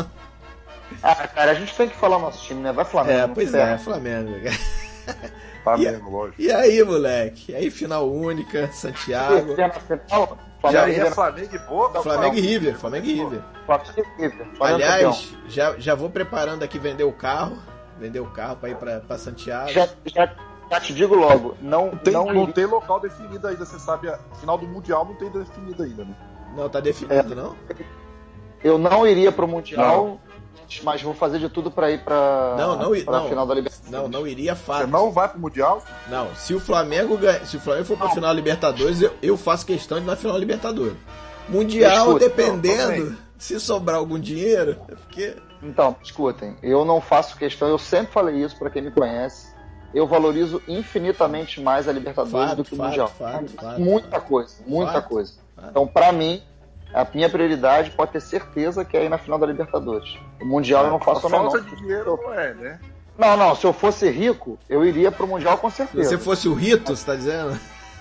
Speaker 2: Ah, cara, a gente tem que falar nosso time, né? Vai Flamengo.
Speaker 1: É,
Speaker 2: não
Speaker 1: pois
Speaker 2: ferra.
Speaker 1: é, Flamengo.
Speaker 3: Flamengo, lógico.
Speaker 1: E aí, moleque? E aí, final única, Santiago.
Speaker 2: River na final,
Speaker 3: E
Speaker 2: Flamengo
Speaker 3: aí
Speaker 2: e
Speaker 3: é
Speaker 2: River na
Speaker 3: Flamengo e Boca?
Speaker 1: Flamengo e River, Flamengo e River.
Speaker 2: Flamengo e River. Flamengo
Speaker 1: Aliás, já, já vou preparando aqui vender o carro. Vender o carro pra ir pra, pra Santiago.
Speaker 2: já, já, já te digo logo, não,
Speaker 3: Não tem,
Speaker 2: não,
Speaker 3: não
Speaker 2: iria-
Speaker 3: tem local definido ainda, você sabe. A final do Mundial não tem definido ainda, né?
Speaker 1: Não, tá definido, não?
Speaker 2: eu não iria pro Mundial, mas vou fazer de tudo pra ir pra,
Speaker 1: Não, não,
Speaker 2: pra
Speaker 1: não.
Speaker 2: final da Libertadores.
Speaker 1: Não, não iria
Speaker 3: Você
Speaker 1: fato.
Speaker 3: não vai pro Mundial?
Speaker 1: Não, se o Flamengo ganha, se o Flamengo for pra
Speaker 2: Não.
Speaker 1: final da Libertadores, eu, eu faço questão de ir na final da Libertadores. Mundial,
Speaker 2: Escuta,
Speaker 1: dependendo,
Speaker 3: não,
Speaker 1: se sobrar algum dinheiro, é porque.
Speaker 2: Então, escutem, eu não faço questão, eu sempre falei isso pra quem me conhece, eu valorizo infinitamente mais a Libertadores
Speaker 1: Fato,
Speaker 2: do que o
Speaker 1: fato,
Speaker 2: Mundial.
Speaker 1: fato, fato,
Speaker 2: muita
Speaker 1: fato.
Speaker 2: coisa, muita
Speaker 1: Fato,
Speaker 2: coisa.
Speaker 1: fato.
Speaker 2: Então, pra mim, a minha prioridade pode ter certeza que é ir na final da Libertadores. O Mundial eu não faço a menor.
Speaker 3: Falta de dinheiro não é, né?
Speaker 2: Não, não, se eu fosse rico, eu iria pro Mundial com
Speaker 1: Se
Speaker 2: certeza.
Speaker 1: você fosse o Rito, você tá dizendo?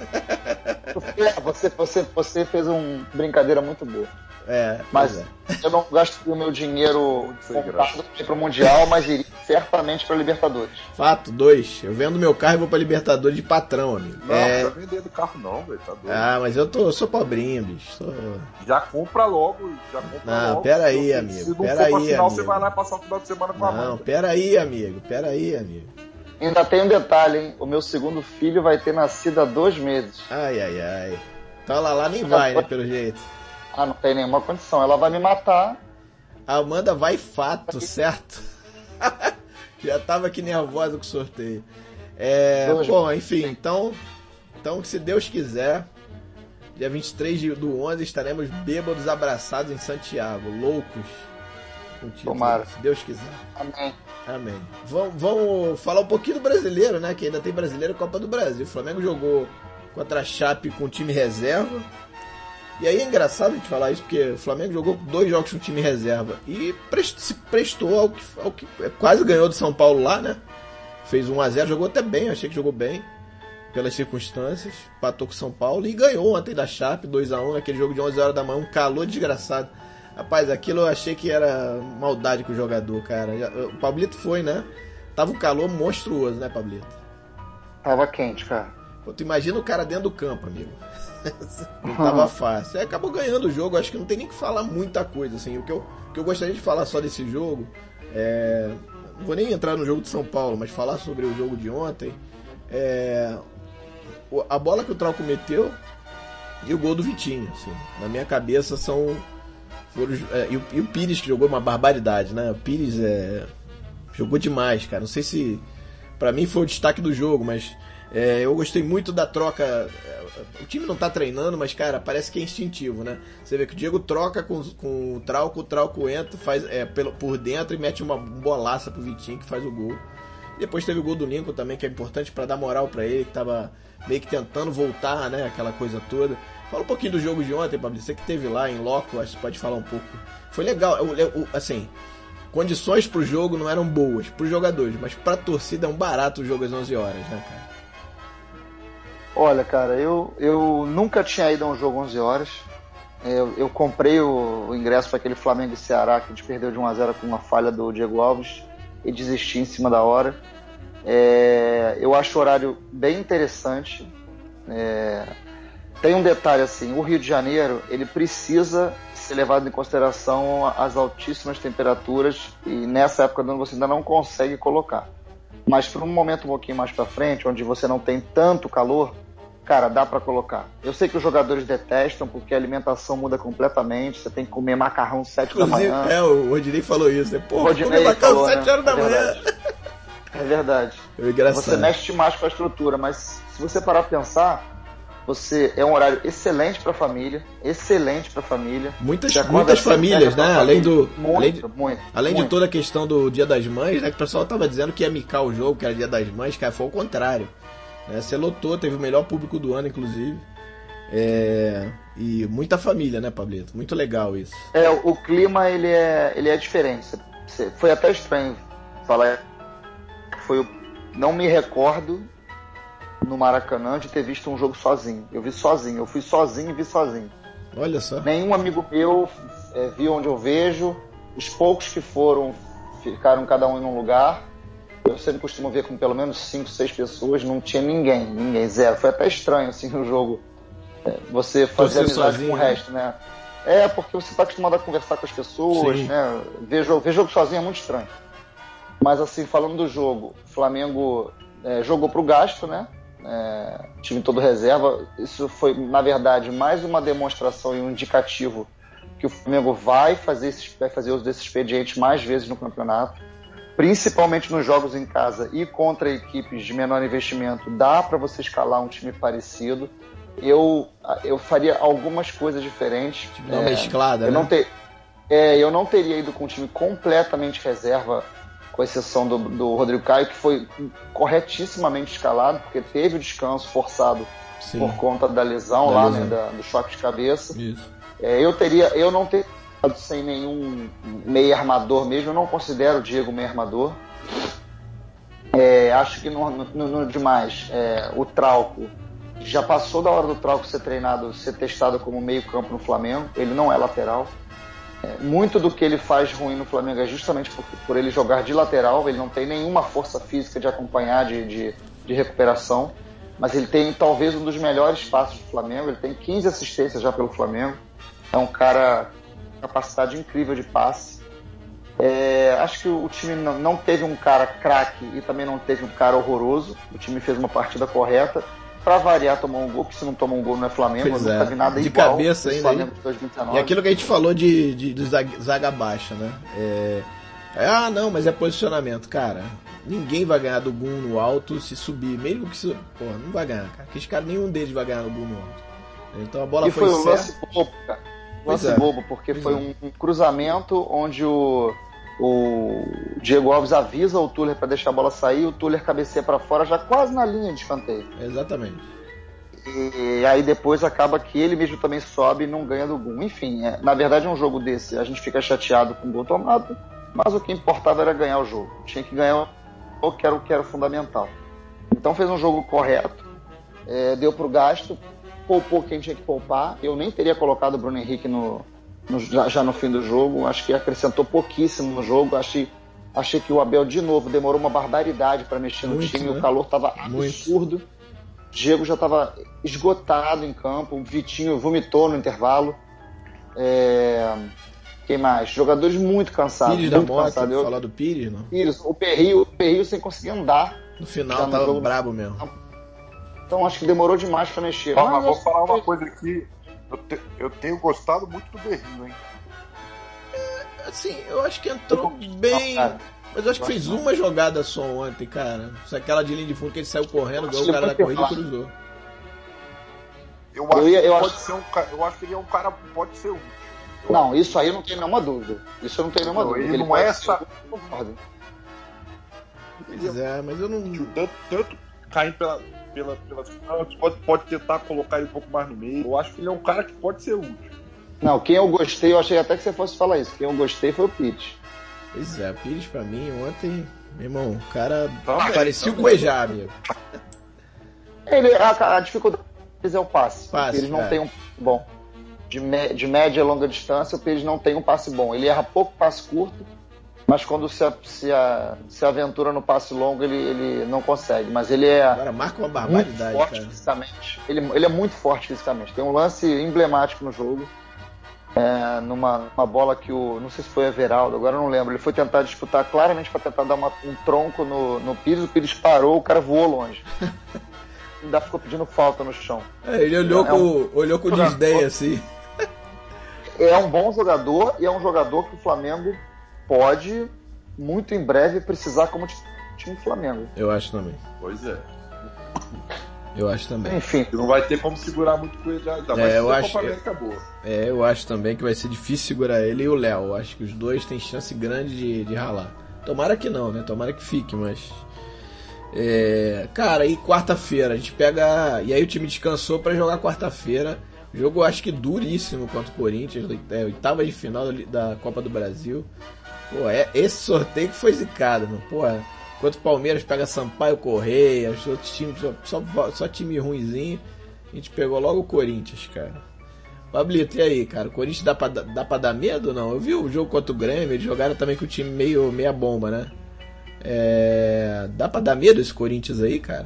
Speaker 2: É, você, você, você fez uma brincadeira muito boa.
Speaker 1: É,
Speaker 2: Mas
Speaker 1: pois é.
Speaker 2: eu não gasto o meu dinheiro
Speaker 3: Muito sem
Speaker 2: comprado
Speaker 3: graça.
Speaker 2: para ir pro Mundial, mas iria certamente pra Libertadores.
Speaker 1: Fato, dois. Eu vendo meu carro e vou pra Libertadores de patrão, amigo.
Speaker 3: Não,
Speaker 1: É.
Speaker 3: não tá vendendo carro não, velho. Tá doido.
Speaker 1: Ah, mas eu tô, eu sou pobrinho, bicho. Sou...
Speaker 3: Já compra logo, já compra
Speaker 1: Não,
Speaker 3: logo.
Speaker 1: pera aí,
Speaker 3: Se-
Speaker 1: amigo,
Speaker 3: Se não
Speaker 1: pera
Speaker 3: for pra
Speaker 1: aí,
Speaker 3: final,
Speaker 1: amigo.
Speaker 3: você vai lá passar o final de semana com a
Speaker 1: Não,
Speaker 3: mãe.
Speaker 1: pera aí, amigo. Pera aí, amigo.
Speaker 2: Ainda tem um detalhe, hein? O meu segundo filho vai ter nascido há dois meses.
Speaker 1: Ai, ai, ai. Então ela lá nem vai, né, pelo jeito.
Speaker 2: Ah, não tem nenhuma condição. Ela vai me matar.
Speaker 1: A Amanda vai fato, certo? Já tava aqui nervosa com o sorteio. É,
Speaker 2: Dois-
Speaker 1: bom, enfim, então, então, se Deus quiser, dia vinte e três de- do onze estaremos bêbados abraçados em Santiago, loucos. Com o título,
Speaker 2: Tomara.
Speaker 1: se Deus quiser.
Speaker 2: Amém.
Speaker 1: Amém. Vamos, vamos falar um pouquinho do brasileiro, né? Que ainda tem brasileiro e Copa do Brasil. O Flamengo jogou contra a Chape com time reserva. E aí é engraçado a gente falar isso, porque o Flamengo jogou dois jogos com time reserva e prest- se prestou ao que, ao que quase ganhou do São Paulo lá, né? Fez um a zero, jogou até bem, achei que jogou bem pelas circunstâncias, empatou com o São Paulo e ganhou ontem da Chape, dois a um, naquele jogo de onze horas da manhã, um calor desgraçado. Rapaz, aquilo eu achei que era maldade com o jogador, cara. Já- O Pablito foi, né? Tava um calor monstruoso, né, Pablito?
Speaker 2: Tava quente, cara.
Speaker 1: Pô, tu imagina o cara dentro do campo, amigo. Não tava fácil. É, acabou ganhando o jogo, acho que não tem nem que falar muita coisa, assim. O que eu, o que eu gostaria de falar só desse jogo, é... não vou nem entrar no jogo de São Paulo, mas falar sobre o jogo de ontem. É... o- A bola que o Trauco meteu e o gol do Vitinho, assim. Na minha cabeça são... foram os- é, e, o, e o Pires que jogou uma barbaridade, né? O Pires é... jogou demais, cara. Não sei se... Pra mim foi o destaque do jogo, mas... É, eu gostei muito da troca. é, O time não tá treinando, mas, cara, parece que é instintivo, né? Você vê que o Diego troca com, com o Trauco, o Trauco entra, faz, é, pelo, por dentro e mete uma bolaça pro Vitinho que faz o gol. Depois teve o gol do Lincoln também, que é importante para dar moral para ele, que tava meio que tentando voltar, né, aquela coisa toda. Fala um pouquinho do jogo de ontem, Pablo, você que teve lá em loco, acho que pode falar um pouco. Foi legal, assim, condições pro jogo não eram boas pros jogadores, mas pra torcida é um barato o jogo às onze horas, né, cara?
Speaker 2: Olha, cara, eu, eu nunca tinha ido a um jogo onze horas. Eu, eu comprei o, o ingresso para aquele Flamengo e Ceará, que a gente perdeu de um a zero com uma falha do Diego Alves e desisti em cima da hora. É, eu acho o horário bem interessante. É, tem um detalhe assim, o Rio de Janeiro ele precisa ser levado em consideração as altíssimas temperaturas e nessa época do ano você ainda não consegue colocar. Mas para um momento um pouquinho mais para frente, onde você não tem tanto calor, cara, dá para colocar. Eu sei que os jogadores detestam porque a alimentação muda completamente, você tem que comer macarrão sete da manhã.
Speaker 1: É, o Rodinei falou isso, né? Pô,
Speaker 2: o Rodinei macarrão
Speaker 1: sete horas da manhã.
Speaker 2: É verdade.
Speaker 1: É engraçado.
Speaker 2: Você mexe mais com a estrutura, mas se você parar pra pensar, você é um horário excelente pra família, excelente pra família.
Speaker 1: Muitas, muitas famílias, né? Além do,
Speaker 2: muito,
Speaker 1: além, de,
Speaker 2: muito,
Speaker 1: além
Speaker 2: muito.
Speaker 1: de toda a questão do Dia das Mães, né? Que o pessoal tava dizendo que ia micar o jogo, que era Dia das Mães, cara, foi o contrário. Né? Você lotou, teve o melhor público do ano, inclusive. É, e muita família, né, Pablito? Muito legal isso.
Speaker 2: É, o clima ele é, ele é diferente. Foi até estranho falar. Foi o, não me recordo no Maracanã de ter visto um jogo sozinho. Eu vi sozinho, eu fui sozinho e vi sozinho.
Speaker 1: Olha só.
Speaker 2: Nenhum amigo meu é, viu onde eu vejo. Os poucos que foram ficaram cada um em um lugar. Eu sempre costumo ver com pelo menos cinco, seis pessoas. Não tinha ninguém, ninguém, zero. Foi até estranho assim no jogo. É, você fazer amizade sozinho, com o resto, né? É, porque você está acostumado a conversar com as pessoas, Sim. né? Ver jogo, ver jogo sozinho é muito estranho. Mas assim, falando do jogo, o Flamengo é, jogou pro gasto, né? É, time todo reserva. Isso foi, na verdade, mais uma demonstração e um indicativo que o Flamengo vai fazer, esse, vai fazer uso desse expediente mais vezes no campeonato, principalmente nos jogos em casa e contra equipes de menor investimento. Dá para você escalar um time parecido. Eu, eu faria algumas coisas diferentes.
Speaker 1: Tipo, é, uma mesclada,
Speaker 2: eu
Speaker 1: né?
Speaker 2: Não ter, é, eu não teria ido com um time completamente reserva, com exceção do, do Rodrigo Caio, que foi corretissimamente escalado, porque teve o descanso forçado Sim. por conta da lesão da lá, lesão. Né, da, do choque de cabeça.
Speaker 1: Isso.
Speaker 2: É, eu teria, eu não teria sem nenhum meio armador mesmo, eu não considero o Diego meio armador. É, acho que no, no, no demais, é, o Trauco já passou da hora do Trauco ser treinado, ser testado como meio campo no Flamengo. Ele não é lateral. É, muito do que ele faz ruim no Flamengo é justamente por, por ele jogar de lateral. Ele não tem nenhuma força física de acompanhar, de, de, de recuperação, mas ele tem talvez um dos melhores passos do Flamengo. Ele tem quinze assistências já pelo Flamengo. É um cara com capacidade incrível de passe. É, acho que o, o time não, não teve um cara craque e também não teve um cara horroroso. O time fez uma partida correta. Pra variar, tomou um gol, porque se não tomou um gol não é Flamengo,
Speaker 1: pois
Speaker 2: eu nunca
Speaker 1: é.
Speaker 2: vi nada
Speaker 1: de
Speaker 2: igual.
Speaker 1: De cabeça ainda.
Speaker 2: Flamengo de dois mil e dezenove.
Speaker 1: E aquilo que a gente falou de, de, de zaga, zaga baixa, né? É, ah, não, mas é posicionamento. Cara, ninguém vai ganhar do Gum no alto se subir. Mesmo que isso. Porra, não vai ganhar, cara. Aqueles caras, nenhum deles vai ganhar no Gum no alto. Então a bola
Speaker 2: e
Speaker 1: foi
Speaker 2: foi um lance
Speaker 1: certa.
Speaker 2: bobo, cara. Lance
Speaker 1: é.
Speaker 2: bobo, porque pois foi é. um, um cruzamento onde o, o Diego Alves avisa o Tuller para deixar a bola sair, o Tuller cabeceia para fora, já quase na linha de escanteio.
Speaker 1: Exatamente.
Speaker 2: E aí depois acaba que ele mesmo também sobe e não ganha do Gum. Enfim, é, na verdade é um jogo desse, a gente fica chateado com o gol tomado, mas o que importava era ganhar o jogo. Tinha que ganhar o que era o que era fundamental. Então fez um jogo correto, é, deu pro gasto, poupou quem tinha que poupar. Eu nem teria colocado o Bruno Henrique no, no, já, já no fim do jogo, acho que acrescentou pouquíssimo no jogo. Achei, achei que o Abel de novo demorou uma barbaridade para mexer no
Speaker 1: Muito,
Speaker 2: time,
Speaker 1: né?
Speaker 2: O calor estava absurdo. Muito. Diego já estava esgotado em campo, o Vitinho vomitou no intervalo. É... Quem mais? Jogadores muito cansados.
Speaker 1: Pires
Speaker 2: muito
Speaker 1: da Mota,
Speaker 2: cansado. Eu...
Speaker 1: falar do Pires, não?
Speaker 2: Pires, o Perrio, o Perrio sem conseguir andar.
Speaker 1: No final tava jogo... brabo mesmo.
Speaker 2: Então acho que demorou demais para mexer.
Speaker 3: Mas, mas vou falar uma coisa aqui. Eu, te... eu tenho gostado muito do Berrio, hein?
Speaker 1: É, assim, eu acho que entrou bem. Mas eu acho que fez uma jogada só ontem, cara. Aquela de linha de fundo que ele saiu correndo, ganhou o cara da corrida e cruzou.
Speaker 3: Eu acho, eu, ia, eu, que acho... Pode ser um, eu acho que ele é um cara, pode ser um.
Speaker 2: Não, isso aí eu não tenho nenhuma dúvida. Isso eu não tenho nenhuma
Speaker 3: não,
Speaker 2: dúvida.
Speaker 3: Ele, ele não é essa.
Speaker 1: Pois é, mas eu não.
Speaker 3: Tanto, tanto caindo pela, pela, pelas frentes, pode, pode tentar colocar ele um pouco mais no meio. Eu acho que ele é um cara que pode ser útil.
Speaker 2: Não, quem eu gostei, eu achei até que você fosse falar isso. Quem eu gostei foi o Pires.
Speaker 1: Pois é, Pires pra mim ontem, meu irmão, o cara
Speaker 3: Também,
Speaker 1: parecia o
Speaker 3: também.
Speaker 1: Cuejá, amigo.
Speaker 2: Ele, a, a dificuldade deles é o passe.
Speaker 1: Passe,
Speaker 2: o Pires não
Speaker 1: é.
Speaker 2: tem um bom. De, me, de média e longa distância, o Pires não tem um passe bom. Ele erra pouco passe curto, mas quando se, a- se, a- se aventura no passe longo, ele, ele não consegue. Mas ele é
Speaker 1: Agora marca uma
Speaker 2: muito
Speaker 1: barbaridade,
Speaker 2: forte
Speaker 1: cara.
Speaker 2: fisicamente. Ele, ele é muito forte fisicamente. Tem um lance emblemático no jogo. É, numa, numa bola que o. Não sei se foi o Everaldo, agora eu não lembro. Ele foi tentar disputar claramente para tentar dar uma- um tronco no, no Pires. O Pires parou, o cara voou longe. Ainda ficou pedindo falta no chão.
Speaker 1: É, ele olhou
Speaker 2: É
Speaker 1: com,
Speaker 2: um-
Speaker 1: olhou com desdém assim.
Speaker 2: É um bom jogador e é um jogador que o Flamengo pode, muito em breve, precisar como ti- time do Flamengo.
Speaker 1: Eu acho também.
Speaker 3: Pois é.
Speaker 1: Eu acho também.
Speaker 2: Enfim,
Speaker 3: E não vai ter como segurar muito com ele. Já, já
Speaker 1: É,
Speaker 3: vai ser
Speaker 1: eu
Speaker 3: a
Speaker 1: acho-
Speaker 3: Copa América boa.
Speaker 1: É, eu acho também que vai ser difícil segurar ele e o Léo. Eu acho que os dois têm chance grande de, de ralar. Tomara que não, né? Tomara que fique, mas. É, cara, e quarta-feira a gente pega. E aí o time descansou pra jogar quarta-feira. Jogo eu acho que duríssimo contra o Corinthians, é, oitava de final da da Copa do Brasil. Pô, é, esse sorteio que foi zicado, mano. Pô, enquanto o Palmeiras pega Sampaio Correia, os outros times, só, só, só time ruinzinho, a gente pegou logo o Corinthians, cara. Pablito, e aí, cara? O Corinthians dá pra, dá pra dar medo ou não? Eu vi o jogo contra o Grêmio, eles jogaram também com o time meio meia bomba, né? É, dá pra dar medo esse Corinthians aí, cara?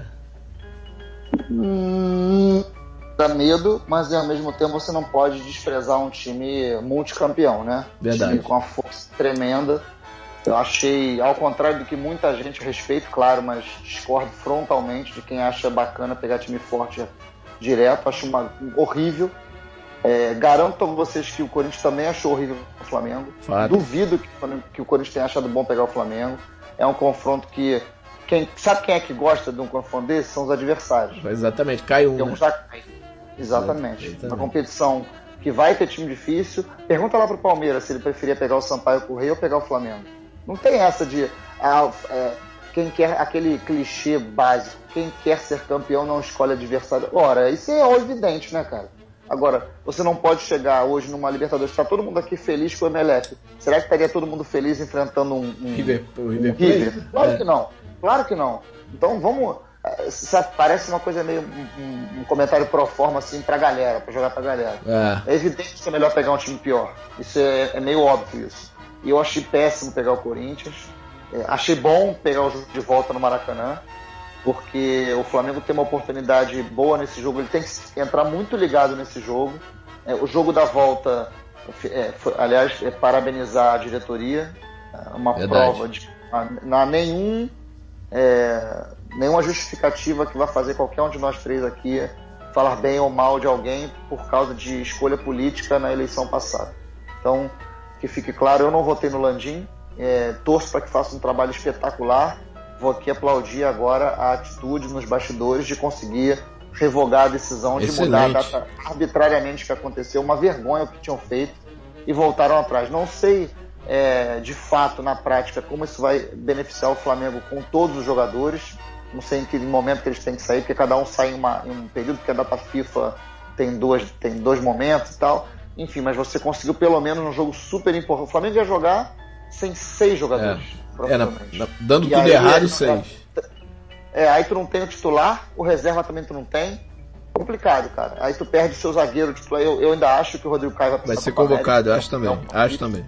Speaker 2: hum, dá medo, mas ao mesmo tempo você não pode desprezar um time multicampeão, né?
Speaker 1: Verdade.
Speaker 2: Time com uma força tremenda. Eu achei, ao contrário do que muita gente respeita, claro, mas discordo frontalmente de quem acha bacana pegar time forte direto. Acho uma, horrível. É, garanto a vocês que o Corinthians também achou horrível o Flamengo.
Speaker 1: Fato.
Speaker 2: Duvido que, o Flamengo- que o Corinthians tenha achado bom pegar o Flamengo. É um confronto que. Quem, sabe quem é que gosta de um confronto desse? São os adversários.
Speaker 1: Exatamente, cai um,
Speaker 2: Tem
Speaker 1: né?
Speaker 2: um já cai. Exatamente.
Speaker 1: Exatamente.
Speaker 2: Uma competição que vai ter time difícil. Pergunta lá pro Palmeiras se ele preferia pegar o Sampaio Correia ou pegar o Flamengo. Não tem essa de ah, é, quem quer aquele clichê básico, quem quer ser campeão não escolhe adversário. Ora, isso é evidente, né, cara? Agora, você não pode chegar hoje numa Libertadores, está todo mundo aqui feliz com o Emelec. Será que estaria todo mundo feliz enfrentando um, um,
Speaker 1: River, o
Speaker 2: um
Speaker 1: River
Speaker 2: River?
Speaker 1: Plate?
Speaker 2: Claro
Speaker 1: É.
Speaker 2: que não. Claro que não. Então vamos. eh, sabe, parece uma coisa meio. Um, um- um comentário pro forma assim pra galera, pra jogar pra galera.
Speaker 1: É.
Speaker 2: É evidente que é melhor pegar um time pior. Isso é, é meio óbvio isso. E eu achei péssimo pegar o Corinthians. É, achei bom pegar o jogo de volta no Maracanã, porque o Flamengo tem uma oportunidade boa nesse jogo. Ele tem que entrar muito ligado nesse jogo. É, o jogo da volta, é, foi- aliás, é parabenizar a diretoria. É uma
Speaker 1: Verdade.
Speaker 2: prova de não há nenhum, é, nenhuma justificativa que vai fazer qualquer um de nós três aqui falar bem ou mal de alguém por causa de escolha política na eleição passada. Então, que fique claro, eu não votei no Landim, é, torço para que faça um trabalho espetacular. Vou aqui aplaudir agora a atitude nos bastidores de conseguir revogar a decisão de
Speaker 1: Excelente.
Speaker 2: mudar a data arbitrariamente que aconteceu. Uma vergonha o que tinham feito e voltaram atrás. Não sei, é, de fato, na prática, como isso vai beneficiar o Flamengo com todos os jogadores. Não sei em que momento que eles têm que sair, porque cada um sai em, uma- em um período, porque a data FIFA tem dois, tem dois momentos e tal. Enfim, mas você conseguiu pelo menos um jogo super importante. O Flamengo ia jogar sem seis jogadores,
Speaker 1: É, na-
Speaker 2: provavelmente.
Speaker 1: na- dando
Speaker 2: E
Speaker 1: tudo
Speaker 2: aí,
Speaker 1: errado,
Speaker 2: é,
Speaker 1: seis.
Speaker 2: É, aí tu não tem o titular, o reserva também tu não tem. Complicado, cara. Aí tu perde o seu zagueiro titular. Eu, eu ainda acho que o Rodrigo Caio vai
Speaker 1: Vai
Speaker 2: passar
Speaker 1: ser
Speaker 2: pra Copa
Speaker 1: convocado, eu
Speaker 2: América,
Speaker 1: acho também.
Speaker 2: então,
Speaker 1: Acho também.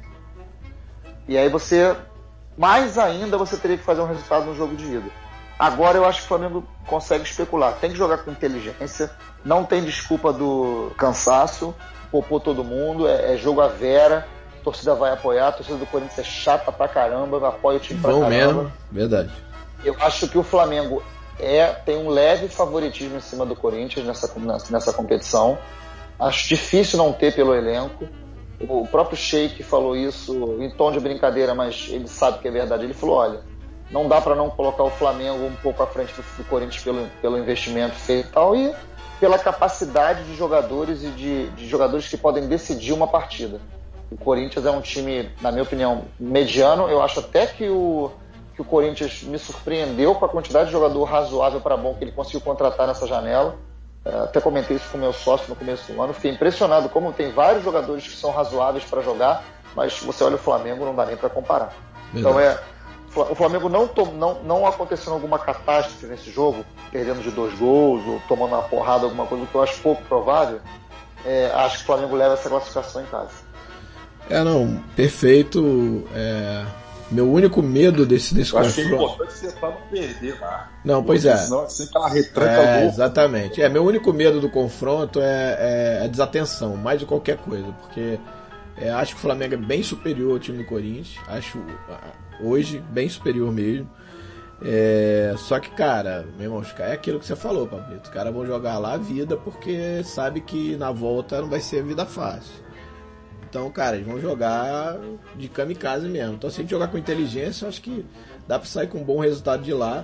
Speaker 2: E aí você, mais ainda, você teria que fazer um resultado no jogo de ida. Agora eu acho que o Flamengo consegue especular. Tem que jogar com inteligência. Não tem desculpa do cansaço. Popou todo mundo. É, é jogo à vera. A torcida vai apoiar. A torcida do Corinthians é chata pra caramba. Apoia o time pra
Speaker 1: Vão
Speaker 2: caramba.
Speaker 1: mesmo, verdade.
Speaker 2: Eu acho que o Flamengo é, tem um leve favoritismo em cima do Corinthians nessa, nessa competição. Acho difícil não ter pelo elenco. O próprio Sheik falou isso em tom de brincadeira, mas ele sabe que é verdade. Ele falou, olha, não dá para não colocar o Flamengo um pouco à frente do, do Corinthians pelo, pelo investimento feito e tal, e pela capacidade de jogadores e de, de jogadores que podem decidir uma partida. O Corinthians é um time, na minha opinião, mediano. Eu acho até que o, que o Corinthians me surpreendeu com a quantidade de jogador razoável para bom que ele conseguiu contratar nessa janela. Até comentei isso com o meu sócio no começo do ano. Fiquei impressionado como tem vários jogadores que são razoáveis para jogar, mas você olha o Flamengo, não dá nem para comparar. Verdade. Então é, o Flamengo não, tom, não, não acontecendo alguma catástrofe nesse jogo, perdendo de dois gols ou tomando uma porrada, alguma coisa que eu acho pouco provável. É, acho que o Flamengo leva essa classificação em casa.
Speaker 1: É, não, perfeito. É, meu único medo desse, desse
Speaker 3: eu confronto. Acho que é importante você tentar não perder lá.
Speaker 1: Não, pois é.
Speaker 3: Senão você tá retranca
Speaker 1: é,
Speaker 3: louco.
Speaker 1: Exatamente. É, meu único medo do confronto é, é a desatenção, mais de qualquer coisa, porque é, acho que o Flamengo é bem superior ao time do Corinthians. Acho hoje bem superior mesmo. É, só que, cara, meu irmão, é aquilo que você falou, Pablito. Os caras vão jogar lá a vida porque sabe que na volta não vai ser vida fácil. Então, cara, eles vão jogar de kamikaze mesmo. Então, se a gente jogar com inteligência, eu acho que dá pra sair com um bom resultado de lá.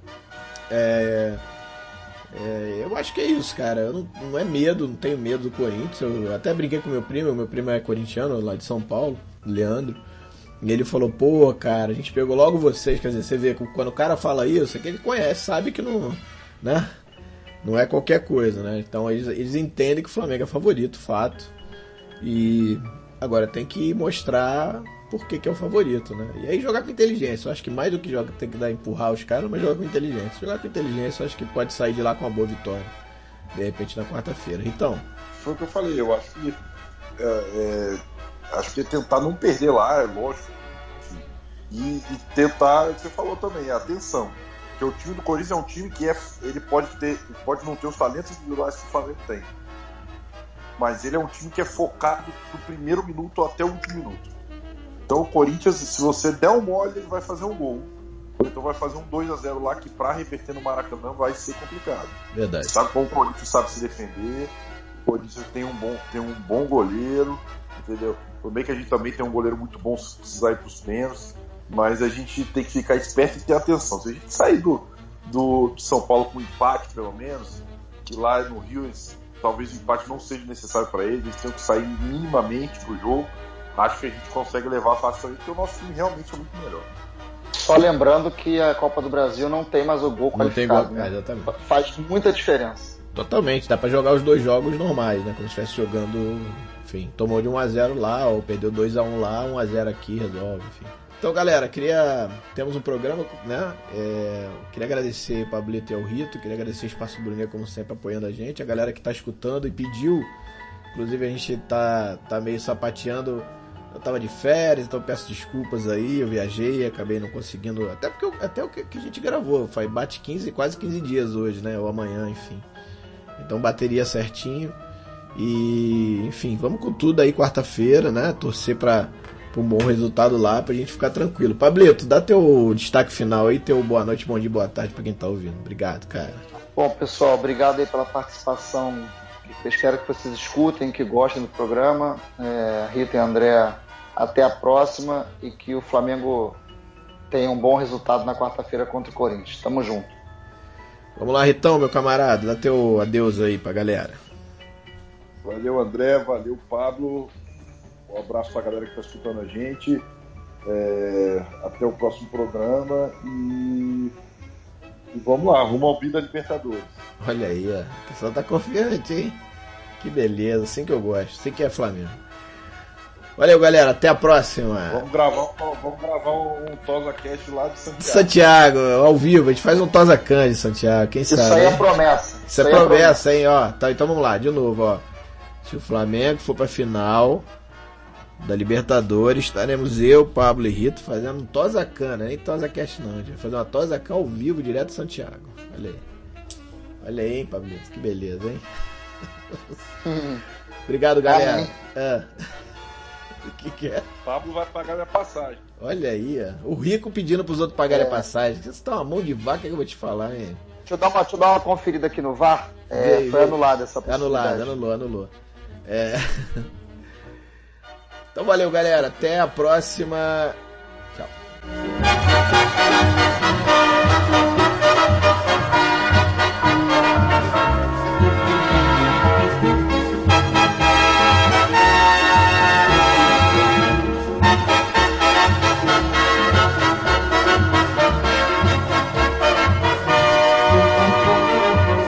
Speaker 1: É, é, eu acho que é isso, cara. Eu não, não é medo, não tenho medo do Corinthians. Eu até brinquei com meu primo, meu primo é corintiano, lá de São Paulo, Leandro. E ele falou, pô, cara, a gente pegou logo vocês. Quer dizer, você vê, quando o cara fala isso, é que ele conhece, sabe que não, né? Não é qualquer coisa, né? Então eles, eles entendem que o Flamengo é favorito, fato. E agora tem que mostrar por que, que é o favorito, né? E aí jogar com inteligência. Eu acho que mais do que joga, tem que dar empurrar os caras, mas jogar com inteligência. Jogar com inteligência, eu acho que pode sair de lá com uma boa vitória. De repente na quarta-feira. Então.
Speaker 3: Foi o que eu falei, eu acho que. É, é... Acho que é tentar não perder lá, é lógico. E, e tentar, você falou também, a atenção. Porque o time do Corinthians é um time que é, ele pode, ter, pode não ter os talentos individuais que o Flamengo tem. Mas ele é um time que é focado do primeiro minuto até o último minuto. Então o Corinthians, se você der um mole, ele vai fazer um gol. Então vai fazer um dois a zero lá que pra reverter no Maracanã vai ser complicado.
Speaker 1: Verdade.
Speaker 3: Sabe como o Corinthians sabe se defender. O Corinthians tem um bom, tem um bom goleiro. Entendeu? Tudo bem que a gente também tem um goleiro muito bom se precisar ir pros pênaltis, mas a gente tem que ficar esperto e ter atenção. Se a gente sair do, do de São Paulo com empate, pelo menos, que lá no Rio eles, talvez o empate não seja necessário para eles, eles tenham que sair minimamente pro jogo, acho que a gente consegue levar facilmente, porque o nosso time realmente é muito melhor.
Speaker 2: Só lembrando que a Copa do Brasil não tem mais o gol qualificado.
Speaker 1: Não tem gol, né? É, exatamente.
Speaker 2: Faz muita diferença.
Speaker 1: Totalmente, dá pra jogar os dois jogos normais, né? Como se estivesse jogando, enfim, tomou de um a zero lá, ou perdeu dois a um lá, um a zero aqui, resolve, enfim. Então, galera, queria, temos um programa, né? É, queria agradecer o Pablito e ao Rito, queria agradecer o Espaço Brunet, como sempre, apoiando a gente, a galera que tá escutando e pediu, inclusive a gente tá, tá meio sapateando, eu tava de férias, então peço desculpas aí, eu viajei, acabei não conseguindo, até porque eu, até o que a gente gravou, faz, bate quinze, quase quinze dias hoje, né? Ou amanhã, enfim. Então bateria certinho. E, enfim, vamos com tudo aí quarta-feira, né? Torcer pra, pra um bom resultado lá, pra gente ficar tranquilo. Pablito, dá teu destaque final aí, teu boa noite, bom dia, boa tarde pra quem tá ouvindo. Obrigado, cara.
Speaker 2: Bom, pessoal, obrigado aí pela participação. Eu espero que vocês escutem, que gostem do programa. É, Rita e André, até a próxima e que o Flamengo tenha um bom resultado na quarta-feira contra o Corinthians. Tamo junto.
Speaker 1: Vamos lá, Ritão, meu camarada, dá teu adeus aí pra galera.
Speaker 3: Valeu, André, valeu, Pablo. Um abraço pra galera que tá escutando a gente. É, até o próximo programa e, e vamos lá, rumo ao Vida Libertadores.
Speaker 1: Olha aí, ó. O pessoal tá confiante, hein? Que beleza, assim que eu gosto, assim que é Flamengo. Valeu, galera, até a próxima.
Speaker 3: Vamos gravar, vamos gravar um TosaCast lá de Santiago.
Speaker 1: Santiago, ao vivo, a gente faz um TosaCan de Santiago, quem
Speaker 2: Isso
Speaker 1: sabe?
Speaker 2: Isso aí
Speaker 1: hein?
Speaker 2: é promessa.
Speaker 1: Isso, Isso é promessa, é promessa, hein, ó. Tá, então vamos lá, de novo, ó. Se o Flamengo for pra final da Libertadores, estaremos eu, Pablo e Rito fazendo um TosaCan, né? Nem TosaCast não, a gente vai fazer uma TosaCan ao vivo, direto de Santiago. Olha aí. Olha aí, hein, Pablo, que beleza, hein? Obrigado, galera. Ah, o que, que é?
Speaker 3: Pablo vai pagar minha passagem.
Speaker 1: Olha aí, ó. O rico pedindo pros outros pagarem é. a passagem. Você tá uma mão de vaca que eu vou te falar, hein?
Speaker 2: Deixa eu dar uma, deixa eu dar uma conferida aqui no V A R. É, Vei, foi anulada essa possibilidade.
Speaker 1: Anulado, anulou, anulou. É... Então valeu, galera. Até a próxima. Tchau.